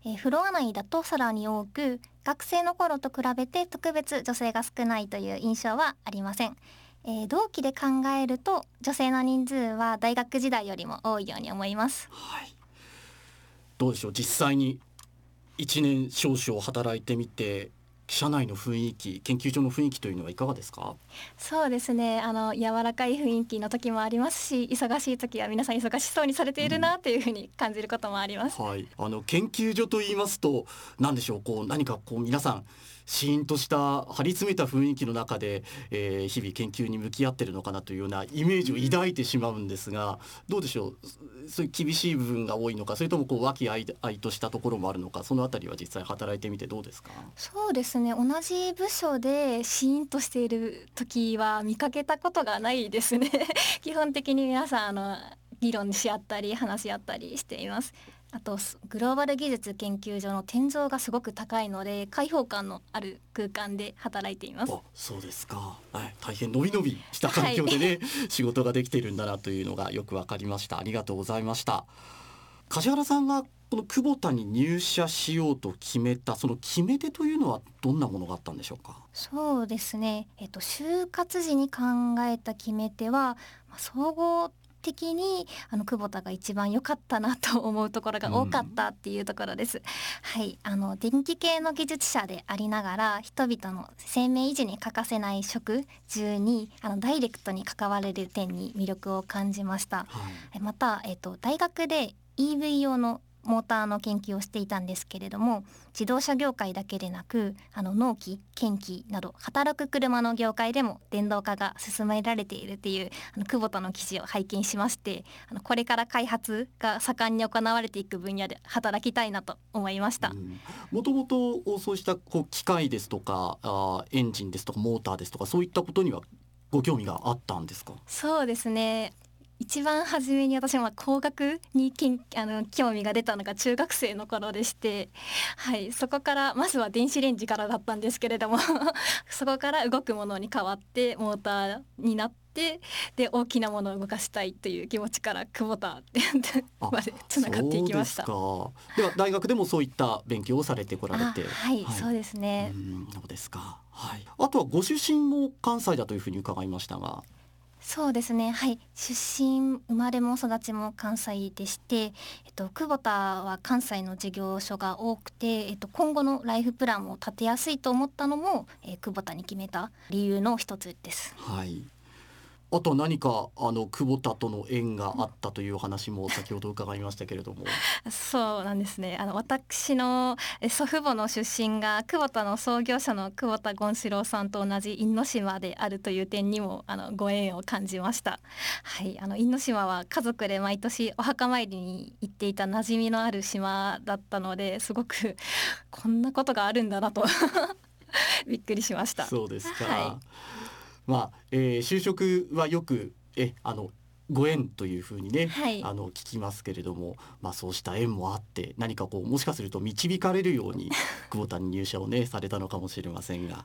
えー、フロア内だとさらに多く、学生の頃と比べて特別女性が少ないという印象はありません。えー、同期で考えると女性の人数は大学時代よりも多いように思います。 はい、どうでしょう、実際にいちねん少々働いてみて、社内の雰囲気、研究所の雰囲気というのはいかがですか？ そうですね、あの柔らかい雰囲気の時もありますし、忙しい時は皆さん忙しそうにされているなというふうに感じることもあります、 うん、はい、あの研究所といいますと何でしょう、こう何かこう皆さんシーンとした張り詰めた雰囲気の中で、えー、日々研究に向き合っているのかなというようなイメージを抱いてしまうんですが、どうでしょう、そういう厳しい部分が多いのか、それともこう和気あいあいとしたところもあるのか、そのあたりは実際働いてみてどうですか？ そうですね、同じ部署でシーンとしている時は見かけたことがないですね基本的に皆さんあの議論し合ったり話し合ったりしています。あとグローバル技術研究所の天井がすごく高いので、開放感のある空間で働いています。 あ、そうですか、はい、大変のびのびした環境でね、はい、仕事ができているんだなというのがよくわかりました。ありがとうございました。梶原さんがこの久保田に入社しようと決めた、その決め手というのはどんなものがあったんでしょうか？ そうですね、えっと、就活時に考えた決め手は、まあ、総合的にあの久保田が一番良かったなと思うところが多かったっていうところです、うん、はい、あの電気系の技術者でありながら人々の生命維持に欠かせない職種にあのダイレクトに関われる点に魅力を感じました、はい、また、えっと、大学で イーブイ 用のモーターの研究をしていたんですけれども、自動車業界だけでなくあの農機、研機など働く車の業界でも電動化が進められているっていうあの久保田の記事を拝見しまして、あのこれから開発が盛んに行われていく分野で働きたいなと思いました。 もともとそうしたこう機械ですとかあエンジンですとかモーターですとかそういったことにはご興味があったんですか？ そうですね、一番初めに私は工学にけんあの興味が出たのが中学生の頃でして、はい、そこからまずは電子レンジからだったんですけれどもそこから動くものに変わってモーターになって、で大きなものを動かしたいという気持ちから久保田までつながっていきました。 そうですか。では大学でもそういった勉強をされてこられて？ はい、はい、そうですね。 うん、そうですか、はい、あとはご出身も関西だというふうに伺いましたが。 そうですね、はい、出身生まれも育ちも関西でして、えっと、久保田は関西の事業所が多くて、えっと、今後のライフプランを立てやすいと思ったのも、えー、久保田に決めた理由の一つです。 はい、あと何かあの久保田との縁があったという話も先ほど伺いましたけれどもそうなんですね、あの私の祖父母の出身が久保田の創業者の久保田権四郎さんと同じ因島であるという点にもあのご縁を感じました。はい、あの因島は家族で毎年お墓参りに行っていた馴染みのある島だったので、すごくこんなことがあるんだなとびっくりしました。 そうですか、 はい、 まあえー、就職はよくえあのご縁というふうにね、 はい、 あの聞きますけれども、まあ、そうした縁もあって何かこうもしかすると導かれるように久保田に入社をねされたのかもしれませんが、はい、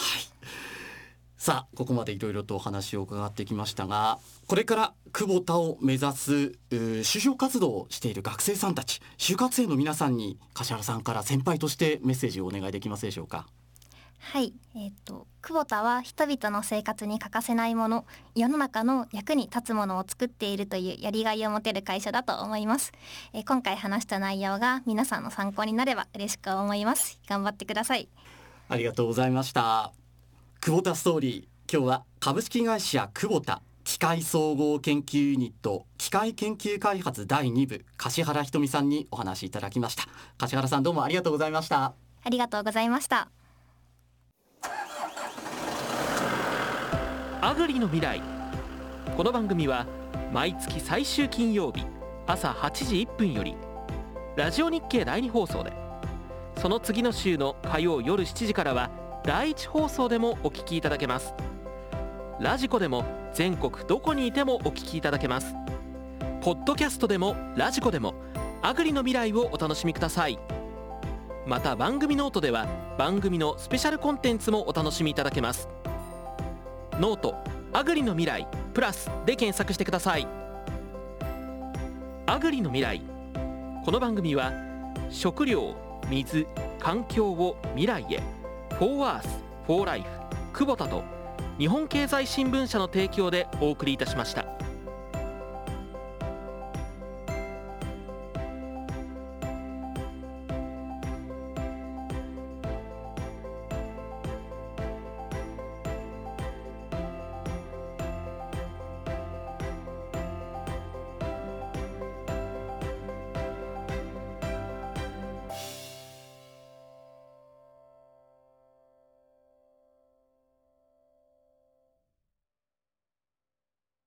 さあここまでいろいろとお話を伺ってきましたが、これから久保田を目指す就職活動をしている学生さんたち、就活生の皆さんに梶原さんから先輩としてメッセージをお願いできますでしょうか？ はい、えーと、久保田は人々の生活に欠かせないもの、世の中の役に立つものを作っているというやりがいを持てる会社だと思います、えー、今回話した内容が皆さんの参考になれば嬉しく思います。頑張ってください。 ありがとうございました。久保田ストーリー、今日は株式会社久保田機械総合研究ユニット機械研究開発だいに部梶原ひとみさんにお話しいただきました。梶原さん、どうもありがとうございました。 ありがとうございました。 アグリの未来。この番組は毎月最終金曜日朝はちじいっぷんよりラジオ日経だいに放送で、その次の週の火曜夜しちじからはだいいち放送でもお聞きいただけます。ラジコでも全国どこにいてもお聞きいただけます。ポッドキャストでもラジコでもアグリの未来をお楽しみください。また番組ノートでは番組のスペシャルコンテンツもお楽しみいただけます。ノートアグリの未来プラスで検索してください。アグリの未来。この番組は食料水、環境を未来へ、フォーアース、フォーライフ、クボタと日本経済新聞社の提供でお送りいたしました。